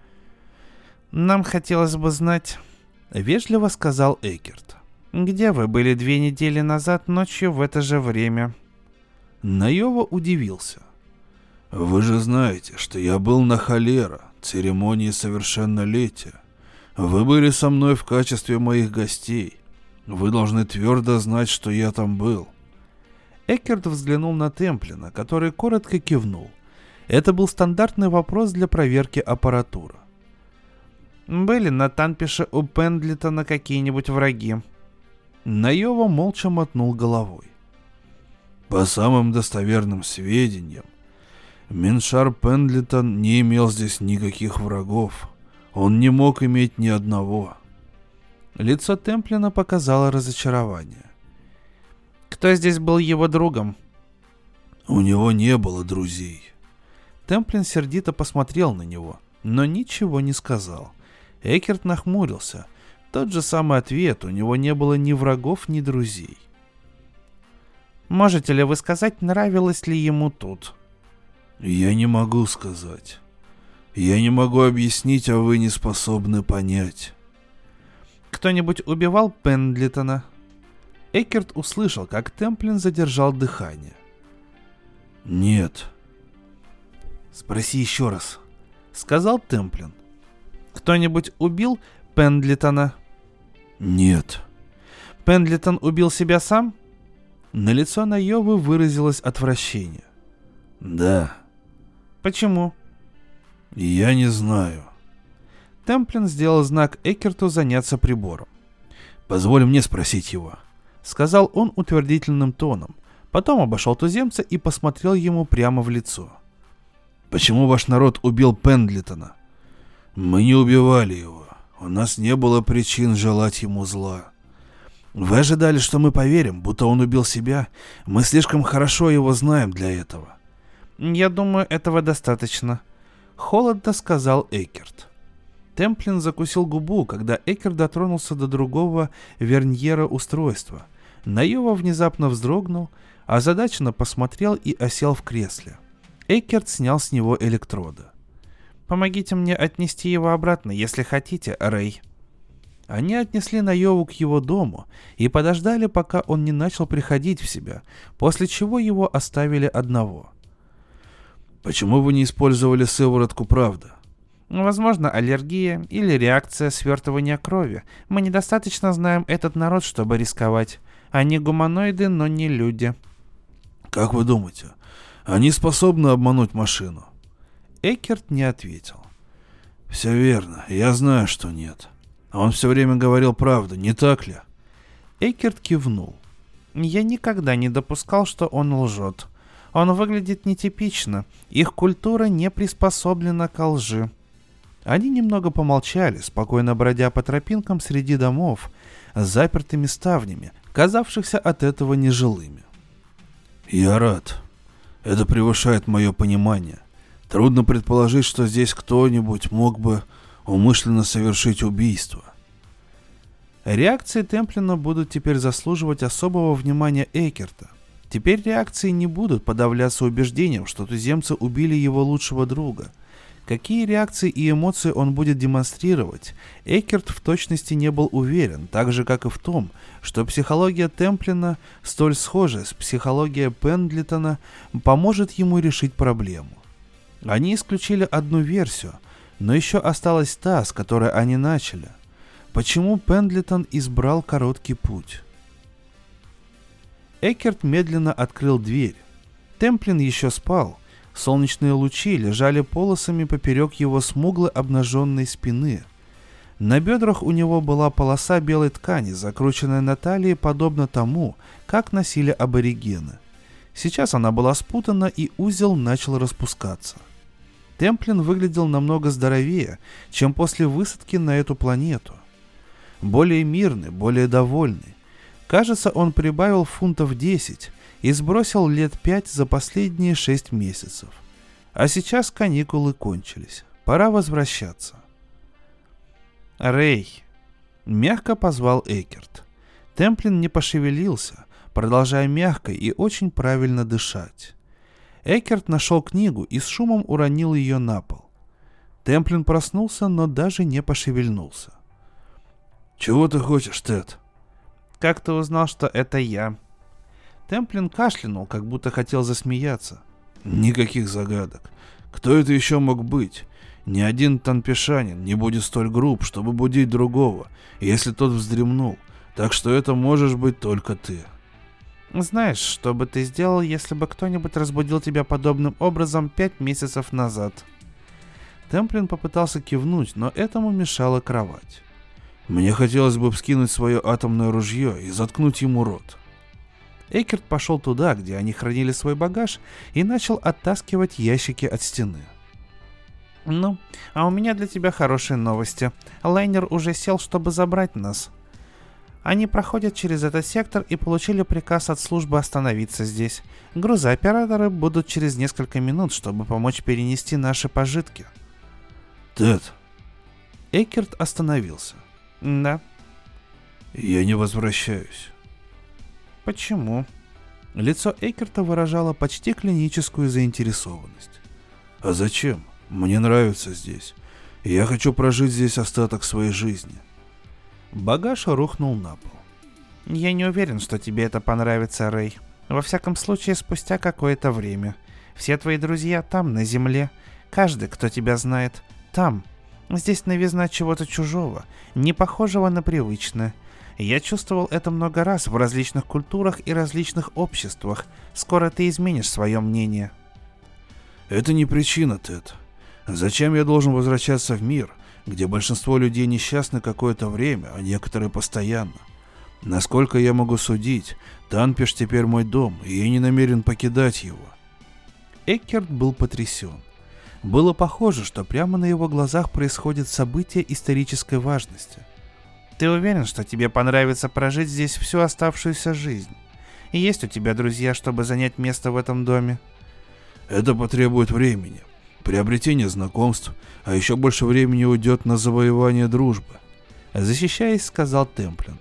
[SPEAKER 1] «Нам хотелось бы знать», — вежливо сказал Эккерт, — «где вы были 2 недели назад ночью в это же время?» Найова удивился.
[SPEAKER 2] «Вы же знаете, что я был на холера, церемонии совершеннолетия. Вы были со мной в качестве моих гостей. Вы должны твердо знать, что я там был».
[SPEAKER 1] Эккерт взглянул на Темплина, который коротко кивнул. Это был стандартный вопрос для проверки аппаратуры. «Были на Танпише у Пендлитона какие-нибудь враги?» Найова молча мотнул головой.
[SPEAKER 2] «По самым достоверным сведениям, Меншар Пендлитон не имел здесь никаких врагов. Он не мог иметь ни одного».
[SPEAKER 1] Лицо Темплина показало разочарование. «Кто здесь был его другом?»
[SPEAKER 2] «У него не было друзей».
[SPEAKER 1] Темплин сердито посмотрел на него, но ничего не сказал. Эккерт нахмурился. Тот же самый ответ, у него не было ни врагов, ни друзей. «Можете ли вы сказать, нравилось ли ему тут?»
[SPEAKER 2] «Я не могу сказать. Я не могу объяснить, а вы не способны понять».
[SPEAKER 1] «Кто-нибудь убивал Пендлитона?» Эккерт услышал, как Темплин задержал дыхание.
[SPEAKER 2] «Нет».
[SPEAKER 1] «Спроси еще раз», — сказал Темплин. «Кто-нибудь убил Пендлитона?»
[SPEAKER 2] «Нет».
[SPEAKER 1] «Пендлитон убил себя сам?» На лицо Найовы выразилось отвращение.
[SPEAKER 2] «Да».
[SPEAKER 1] «Почему?»
[SPEAKER 2] «Я не знаю».
[SPEAKER 1] Темплин сделал знак Эккерту заняться прибором.
[SPEAKER 2] «Позволь мне спросить его»,
[SPEAKER 1] — сказал он утвердительным тоном. Потом обошел туземца и посмотрел ему прямо в лицо.
[SPEAKER 2] «Почему ваш народ убил Пендлитона?» «Мы не убивали его. У нас не было причин желать ему зла». «Вы ожидали, что мы поверим, будто он убил себя? Мы слишком хорошо его знаем для этого».
[SPEAKER 1] «Я думаю, этого достаточно», — холодно сказал Эккерт. Темплин закусил губу, когда Эккерт дотронулся до другого верньера устройства. Найова внезапно вздрогнул, озадаченно посмотрел и осел в кресле. Эккерт снял с него электроды. «Помогите мне отнести его обратно, если хотите, Рэй». Они отнесли Найову к его дому и подождали, пока он не начал приходить в себя, после чего его оставили одного.
[SPEAKER 2] «Почему вы не использовали сыворотку «Правда»?»
[SPEAKER 1] «Возможно, аллергия или реакция свертывания крови. Мы недостаточно знаем этот народ, чтобы рисковать. Они гуманоиды, но не люди».
[SPEAKER 2] «Как вы думаете, они способны обмануть машину?»
[SPEAKER 1] Эккерт не ответил.
[SPEAKER 2] Все верно, я знаю, что нет. Он все время говорил правду, не так ли?
[SPEAKER 1] Эккерт кивнул. Я никогда не допускал, что он лжет. Он выглядит нетипично, их культура не приспособлена к лжи. Они немного помолчали, спокойно бродя по тропинкам среди домов, с запертыми ставнями, казавшихся от этого нежилыми.
[SPEAKER 2] Я рад. Это превышает мое понимание. Трудно предположить, что здесь кто-нибудь мог бы умышленно совершить убийство.
[SPEAKER 1] Реакции Темплина будут теперь заслуживать особого внимания Эккерта. Теперь реакции не будут подавляться убеждением, что туземцы убили его лучшего друга. Какие реакции и эмоции он будет демонстрировать, Эккерт в точности не был уверен, так же как и в том, что психология Темплина, столь схожая с психологией Пендлетона, поможет ему решить проблему. Они исключили одну версию, но еще осталась та, с которой они начали. Почему Пендлетон избрал короткий путь? Эккерт медленно открыл дверь. Темплин еще спал. Солнечные лучи лежали полосами поперек его смуглой обнаженной спины. На бедрах у него была полоса белой ткани, закрученная на талии, подобно тому, как носили аборигены. Сейчас она была спутана, и узел начал распускаться. Темплин выглядел намного здоровее, чем после высадки на эту планету. Более мирный, более довольный. Кажется, он прибавил фунтов 10 и сбросил лет 5 за последние 6 месяцев. А сейчас каникулы кончились. Пора возвращаться. «Рэй!» — мягко позвал Эккерт. Темплин не пошевелился, продолжая мягко и очень правильно дышать. Эккерт нашел книгу и с шумом уронил ее на пол. Темплин проснулся, но даже не пошевельнулся.
[SPEAKER 2] «Чего ты хочешь, Тед?»
[SPEAKER 1] «Как ты узнал, что это я?» Темплин кашлянул, как будто хотел засмеяться.
[SPEAKER 2] «Никаких загадок. Кто это еще мог быть? Ни один танпешанин не будет столь груб, чтобы будить другого, если тот вздремнул. Так что это можешь быть только ты».
[SPEAKER 1] «Знаешь, что бы ты сделал, если бы кто-нибудь разбудил тебя подобным образом 5 месяцев назад?» Темплин попытался кивнуть, но этому мешала кровать.
[SPEAKER 2] «Мне хотелось бы вскинуть свое атомное ружье и заткнуть ему рот».
[SPEAKER 1] Эккерт пошел туда, где они хранили свой багаж, и начал оттаскивать ящики от стены. «Ну, а у меня для тебя хорошие новости. Лайнер уже сел, чтобы забрать нас. Они проходят через этот сектор и получили приказ от службы остановиться здесь. Грузооператоры будут через несколько минут, чтобы помочь перенести наши пожитки».
[SPEAKER 2] «Тед».
[SPEAKER 1] Эккерт остановился. «Да».
[SPEAKER 2] «Я не возвращаюсь».
[SPEAKER 1] «Почему?» Лицо Эккерта выражало почти клиническую заинтересованность.
[SPEAKER 2] «А зачем? Мне нравится здесь. Я хочу прожить здесь остаток своей жизни».
[SPEAKER 1] Багаж рухнул на пол. «Я не уверен, что тебе это понравится, Рэй. Во всяком случае, спустя какое-то время. Все твои друзья там, на земле. Каждый, кто тебя знает, там. Здесь новизна чего-то чужого, не похожего на привычное. Я чувствовал это много раз в различных культурах и различных обществах. Скоро ты изменишь свое мнение».
[SPEAKER 2] «Это не причина, Тед. Зачем я должен возвращаться в мир, где большинство людей несчастны какое-то время, а некоторые постоянно? Насколько я могу судить, Танпеш теперь мой дом, и я не намерен покидать его».
[SPEAKER 1] Эккерт был потрясен. Было похоже, что прямо на его глазах происходит событие исторической важности. «Ты уверен, что тебе понравится прожить здесь всю оставшуюся жизнь? И есть у тебя друзья, чтобы занять место в этом доме?»
[SPEAKER 2] «Это потребует времени, приобретения знакомств, а еще больше времени уйдет на завоевание дружбы»,
[SPEAKER 1] — защищаясь, сказал Темплин.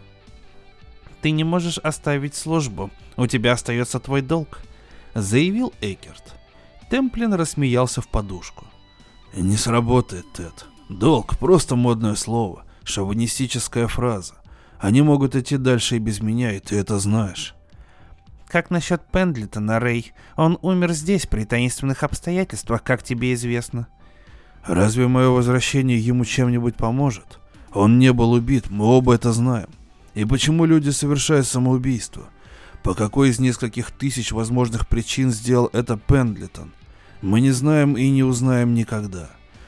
[SPEAKER 1] «Ты не можешь оставить службу, у тебя остается твой долг», — заявил Эккерт. Темплин рассмеялся в подушку.
[SPEAKER 2] «Не сработает, Тед. Долг — просто модное слово, шовинистическая фраза. Они могут идти дальше и без меня, и ты это знаешь».
[SPEAKER 1] «Как насчет Пендлетона, Рэй? Он умер здесь при таинственных обстоятельствах, как тебе известно».
[SPEAKER 2] «Разве мое возвращение ему чем-нибудь поможет? Он не был убит, мы оба это знаем. И почему люди совершают самоубийство? По какой из нескольких тысяч возможных причин сделал это Пендлетон? Мы не знаем и не узнаем никогда.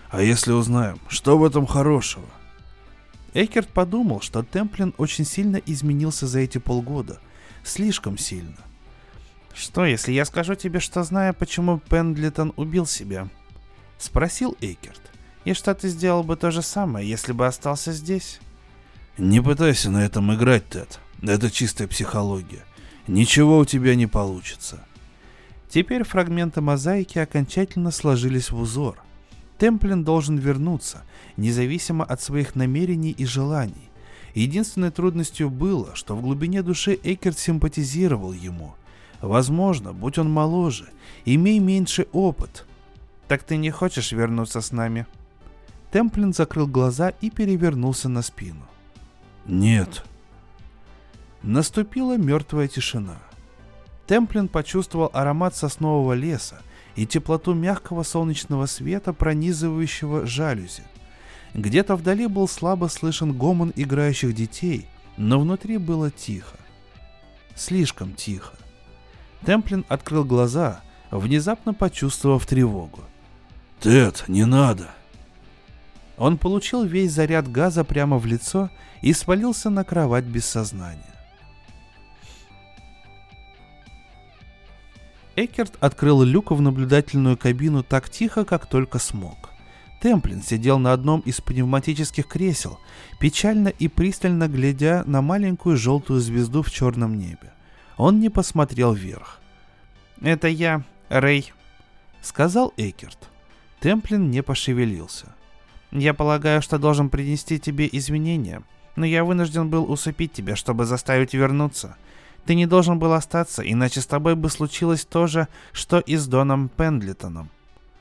[SPEAKER 2] А если узнаем, что в этом хорошего?
[SPEAKER 1] Экерт подумал, что Темплин очень сильно изменился за эти полгода. Слишком сильно. «Что, если я скажу тебе, что знаю, почему Пендлитон убил себя?» — спросил Экерт. «И что ты сделал бы то же самое, если бы остался здесь?»
[SPEAKER 2] «Не пытайся на этом играть, Тед. Это чистая психология. Ничего у тебя не получится».
[SPEAKER 1] Теперь фрагменты мозаики окончательно сложились в узор. Темплин должен вернуться, независимо от своих намерений и желаний. Единственной трудностью было, что в глубине души Экерт симпатизировал ему. Возможно, будь он моложе, имей меньший опыт. «Так ты не хочешь вернуться с нами?» Темплин закрыл глаза и перевернулся на спину.
[SPEAKER 2] «Нет».
[SPEAKER 1] Наступила мертвая тишина. Темплин почувствовал аромат соснового леса и теплоту мягкого солнечного света, пронизывающего жалюзи. Где-то вдали был слабо слышен гомон играющих детей, но внутри было тихо. Слишком тихо. Темплин открыл глаза, внезапно почувствовав тревогу.
[SPEAKER 2] «Тед, не надо!»
[SPEAKER 1] Он получил весь заряд газа прямо в лицо и свалился на кровать без сознания. Экерт открыл люк в наблюдательную кабину так тихо, как только смог. Темплин сидел на одном из пневматических кресел, печально и пристально глядя на маленькую желтую звезду в черном небе. Он не посмотрел вверх. «Это я, Рэй», — сказал Экерт. Темплин не пошевелился. «Я полагаю, что должен принести тебе извинения, но я вынужден был усыпить тебя, чтобы заставить вернуться. Ты не должен был остаться, иначе с тобой бы случилось то же, что и с Доном Пендлитоном».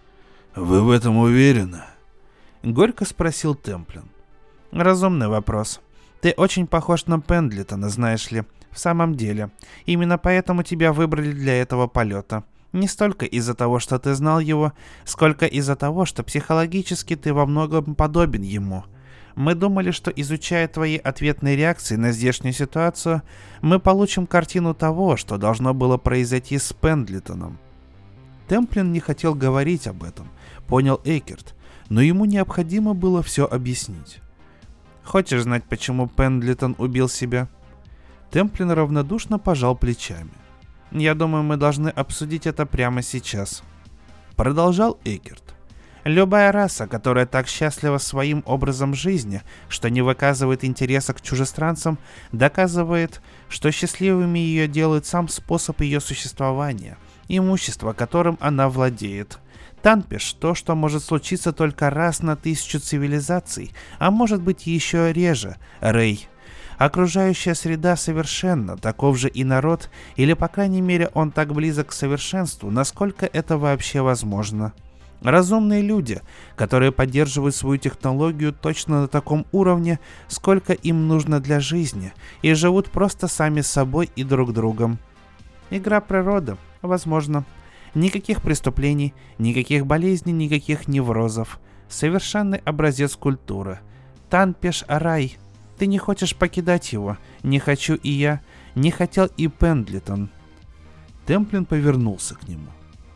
[SPEAKER 2] «Вы в этом уверены?»
[SPEAKER 1] — горько спросил Темплин. «Разумный вопрос. Ты очень похож на Пендлитона, знаешь ли, в самом деле. Именно поэтому тебя выбрали для этого полета. Не столько из-за того, что ты знал его, сколько из-за того, что психологически ты во многом подобен ему. Мы думали, что, изучая твои ответные реакции на здешнюю ситуацию, мы получим картину того, что должно было произойти с Пендлитоном». Темплин не хотел говорить об этом, понял Экерт, но ему необходимо было все объяснить. «Хочешь знать, почему Пендлитон убил себя?» Темплин равнодушно пожал плечами. «Я думаю, мы должны обсудить это прямо сейчас», — продолжал Экерт. «Любая раса, которая так счастлива своим образом жизни, что не выказывает интереса к чужестранцам, доказывает, что счастливыми ее делает сам способ ее существования, имущество, которым она владеет. Танпиш — то, что может случиться только раз на 1000 цивилизаций, а может быть еще реже, Рэй. Окружающая среда совершенна, таков же и народ, или, по крайней мере, он так близок к совершенству, насколько это вообще возможно. Разумные люди, которые поддерживают свою технологию точно на таком уровне, сколько им нужно для жизни, и живут просто сами с собой и друг другом. Игра природы, возможно. Никаких преступлений, никаких болезней, никаких неврозов. Совершенный образец культуры. Танпиш Рай. Ты не хочешь покидать его. Не хочу и я. Не хотел и Пендлитон». Темплин повернулся к нему.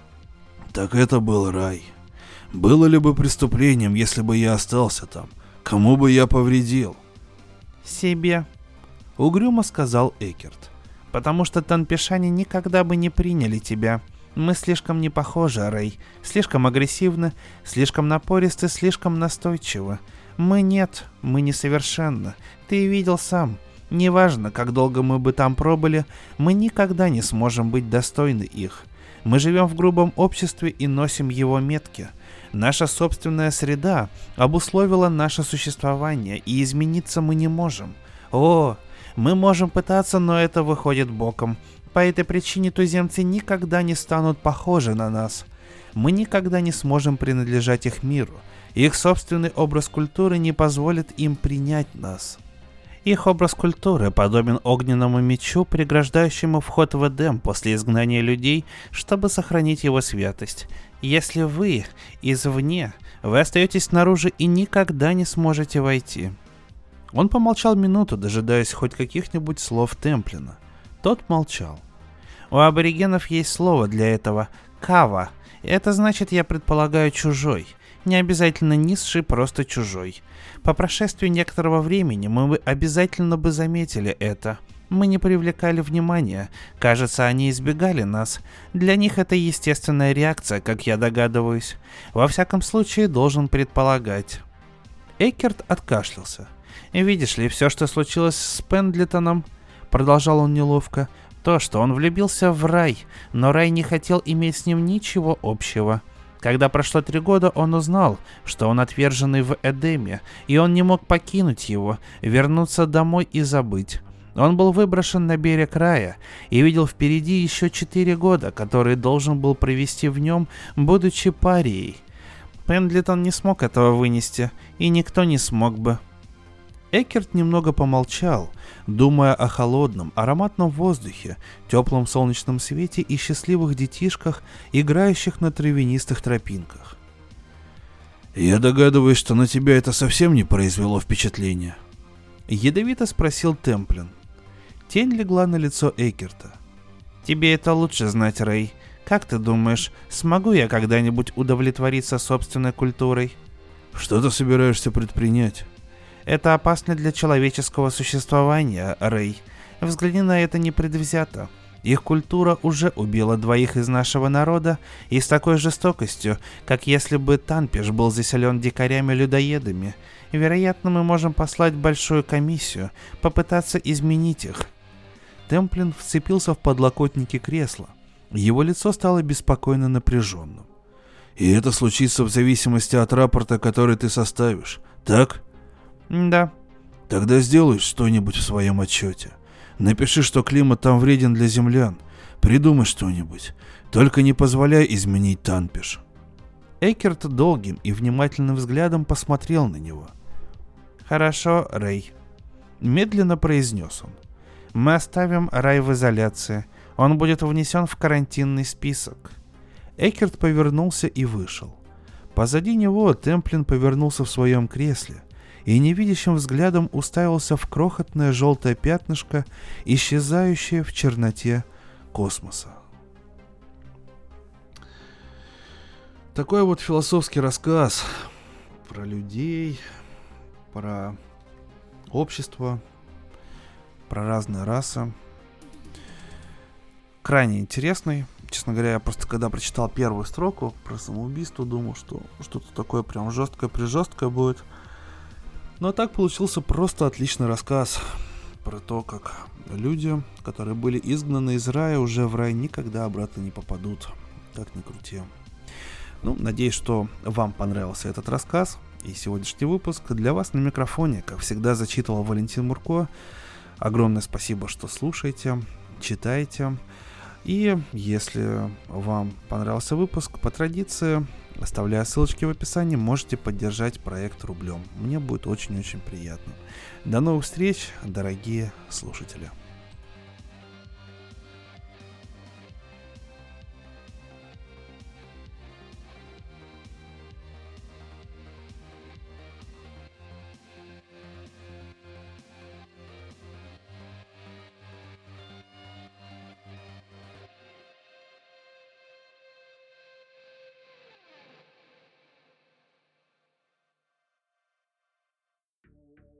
[SPEAKER 2] «Так это был рай. Было ли бы преступлением, если бы я остался там? Кому бы я повредил?»
[SPEAKER 1] «Себе», — угрюмо сказал Экерт. «Потому что танпишане никогда бы не приняли тебя. Мы слишком не похожи, Рэй. Слишком агрессивны, слишком напористы, слишком настойчивы. Мы несовершенны. Ты видел сам. Неважно, как долго мы бы там пробыли, мы никогда не сможем быть достойны их. Мы живем в грубом обществе и носим его метки. Наша собственная среда обусловила наше существование, и измениться мы не можем. О, мы можем пытаться, но это выходит боком. По этой причине туземцы никогда не станут похожи на нас. Мы никогда не сможем принадлежать их миру. Их собственный образ культуры не позволит им принять нас. Их образ культуры подобен огненному мечу, преграждающему вход в Эдем после изгнания людей, чтобы сохранить его святость. Если вы извне, вы остаетесь снаружи и никогда не сможете войти». Он помолчал минуту, дожидаясь хоть каких-нибудь слов Темплина. Тот молчал. «У аборигенов есть слово для этого — кава. Это значит, я предполагаю, чужой. Не обязательно низший, просто чужой. По прошествии некоторого времени мы обязательно бы заметили это. Мы не привлекали внимания. Кажется, они избегали нас. Для них это естественная реакция, как я догадываюсь. Во всяком случае, должен предполагать. Эккерт откашлялся. «Видишь ли, все, что случилось с Пендлитоном, — продолжал он неловко, — то, что он влюбился в Рай, но Рай не хотел иметь с ним ничего общего. Когда прошло 3 года, он узнал, что он отверженный в Эдеме, и он не мог покинуть его, вернуться домой и забыть. Он был выброшен на берег Рая и видел впереди еще 4 года, которые должен был провести в нем, будучи парией. Пендлитон не смог этого вынести, и никто не смог бы». Эккерт немного помолчал, думая о холодном, ароматном воздухе, теплом солнечном свете и счастливых детишках, играющих на травянистых тропинках.
[SPEAKER 2] «Я догадываюсь, что на тебя это совсем не произвело впечатления»,
[SPEAKER 1] — ядовито спросил Темплин. Тень легла на лицо Эккерта. «Тебе это лучше знать, Рэй. Как ты думаешь, смогу я когда-нибудь удовлетвориться собственной культурой?»
[SPEAKER 2] «Что ты собираешься предпринять?»
[SPEAKER 1] «Это опасно для человеческого существования, Рэй. Взгляни на это непредвзято. Их культура уже убила 2 из нашего народа, и с такой жестокостью, как если бы Танпиш был заселен дикарями-людоедами. Вероятно, мы можем послать большую комиссию, попытаться изменить их». Темплин вцепился в подлокотники кресла. Его лицо стало беспокойно напряженным.
[SPEAKER 2] «И это случится в зависимости от рапорта, который ты составишь, так?»
[SPEAKER 1] «Да».
[SPEAKER 2] «Тогда сделай что-нибудь в своем отчете. Напиши, что климат там вреден для землян. Придумай что-нибудь. Только не позволяй изменить Танпиш».
[SPEAKER 1] Эккерт долгим и внимательным взглядом посмотрел на него. «Хорошо, Рэй», — медленно произнес он. «Мы оставим Рай в изоляции. Он будет внесен в карантинный список». Эккерт повернулся и вышел. Позади него Темплин повернулся в своем кресле и невидящим взглядом уставился в крохотное желтое пятнышко, исчезающее в черноте космоса.
[SPEAKER 2] Такой вот философский рассказ про людей, про общество, про разные расы. Крайне интересный. Честно говоря, я просто когда прочитал первую строку про самоубийство, думал, что что-то такое прям жесткое-прижесткое будет. Но так получился просто отличный рассказ про то, как люди, которые были изгнаны из рая, уже в рай никогда обратно не попадут. Как ни крути. Ну, надеюсь, что вам понравился этот рассказ и сегодняшний выпуск. Для вас на микрофоне, как всегда, зачитывал Валентин Мурко. Огромное спасибо, что слушаете, читаете. И если вам понравился выпуск, по традиции, оставляя ссылочки в описании, можете поддержать проект рублем. Мне будет очень-очень приятно. До новых встреч, дорогие слушатели.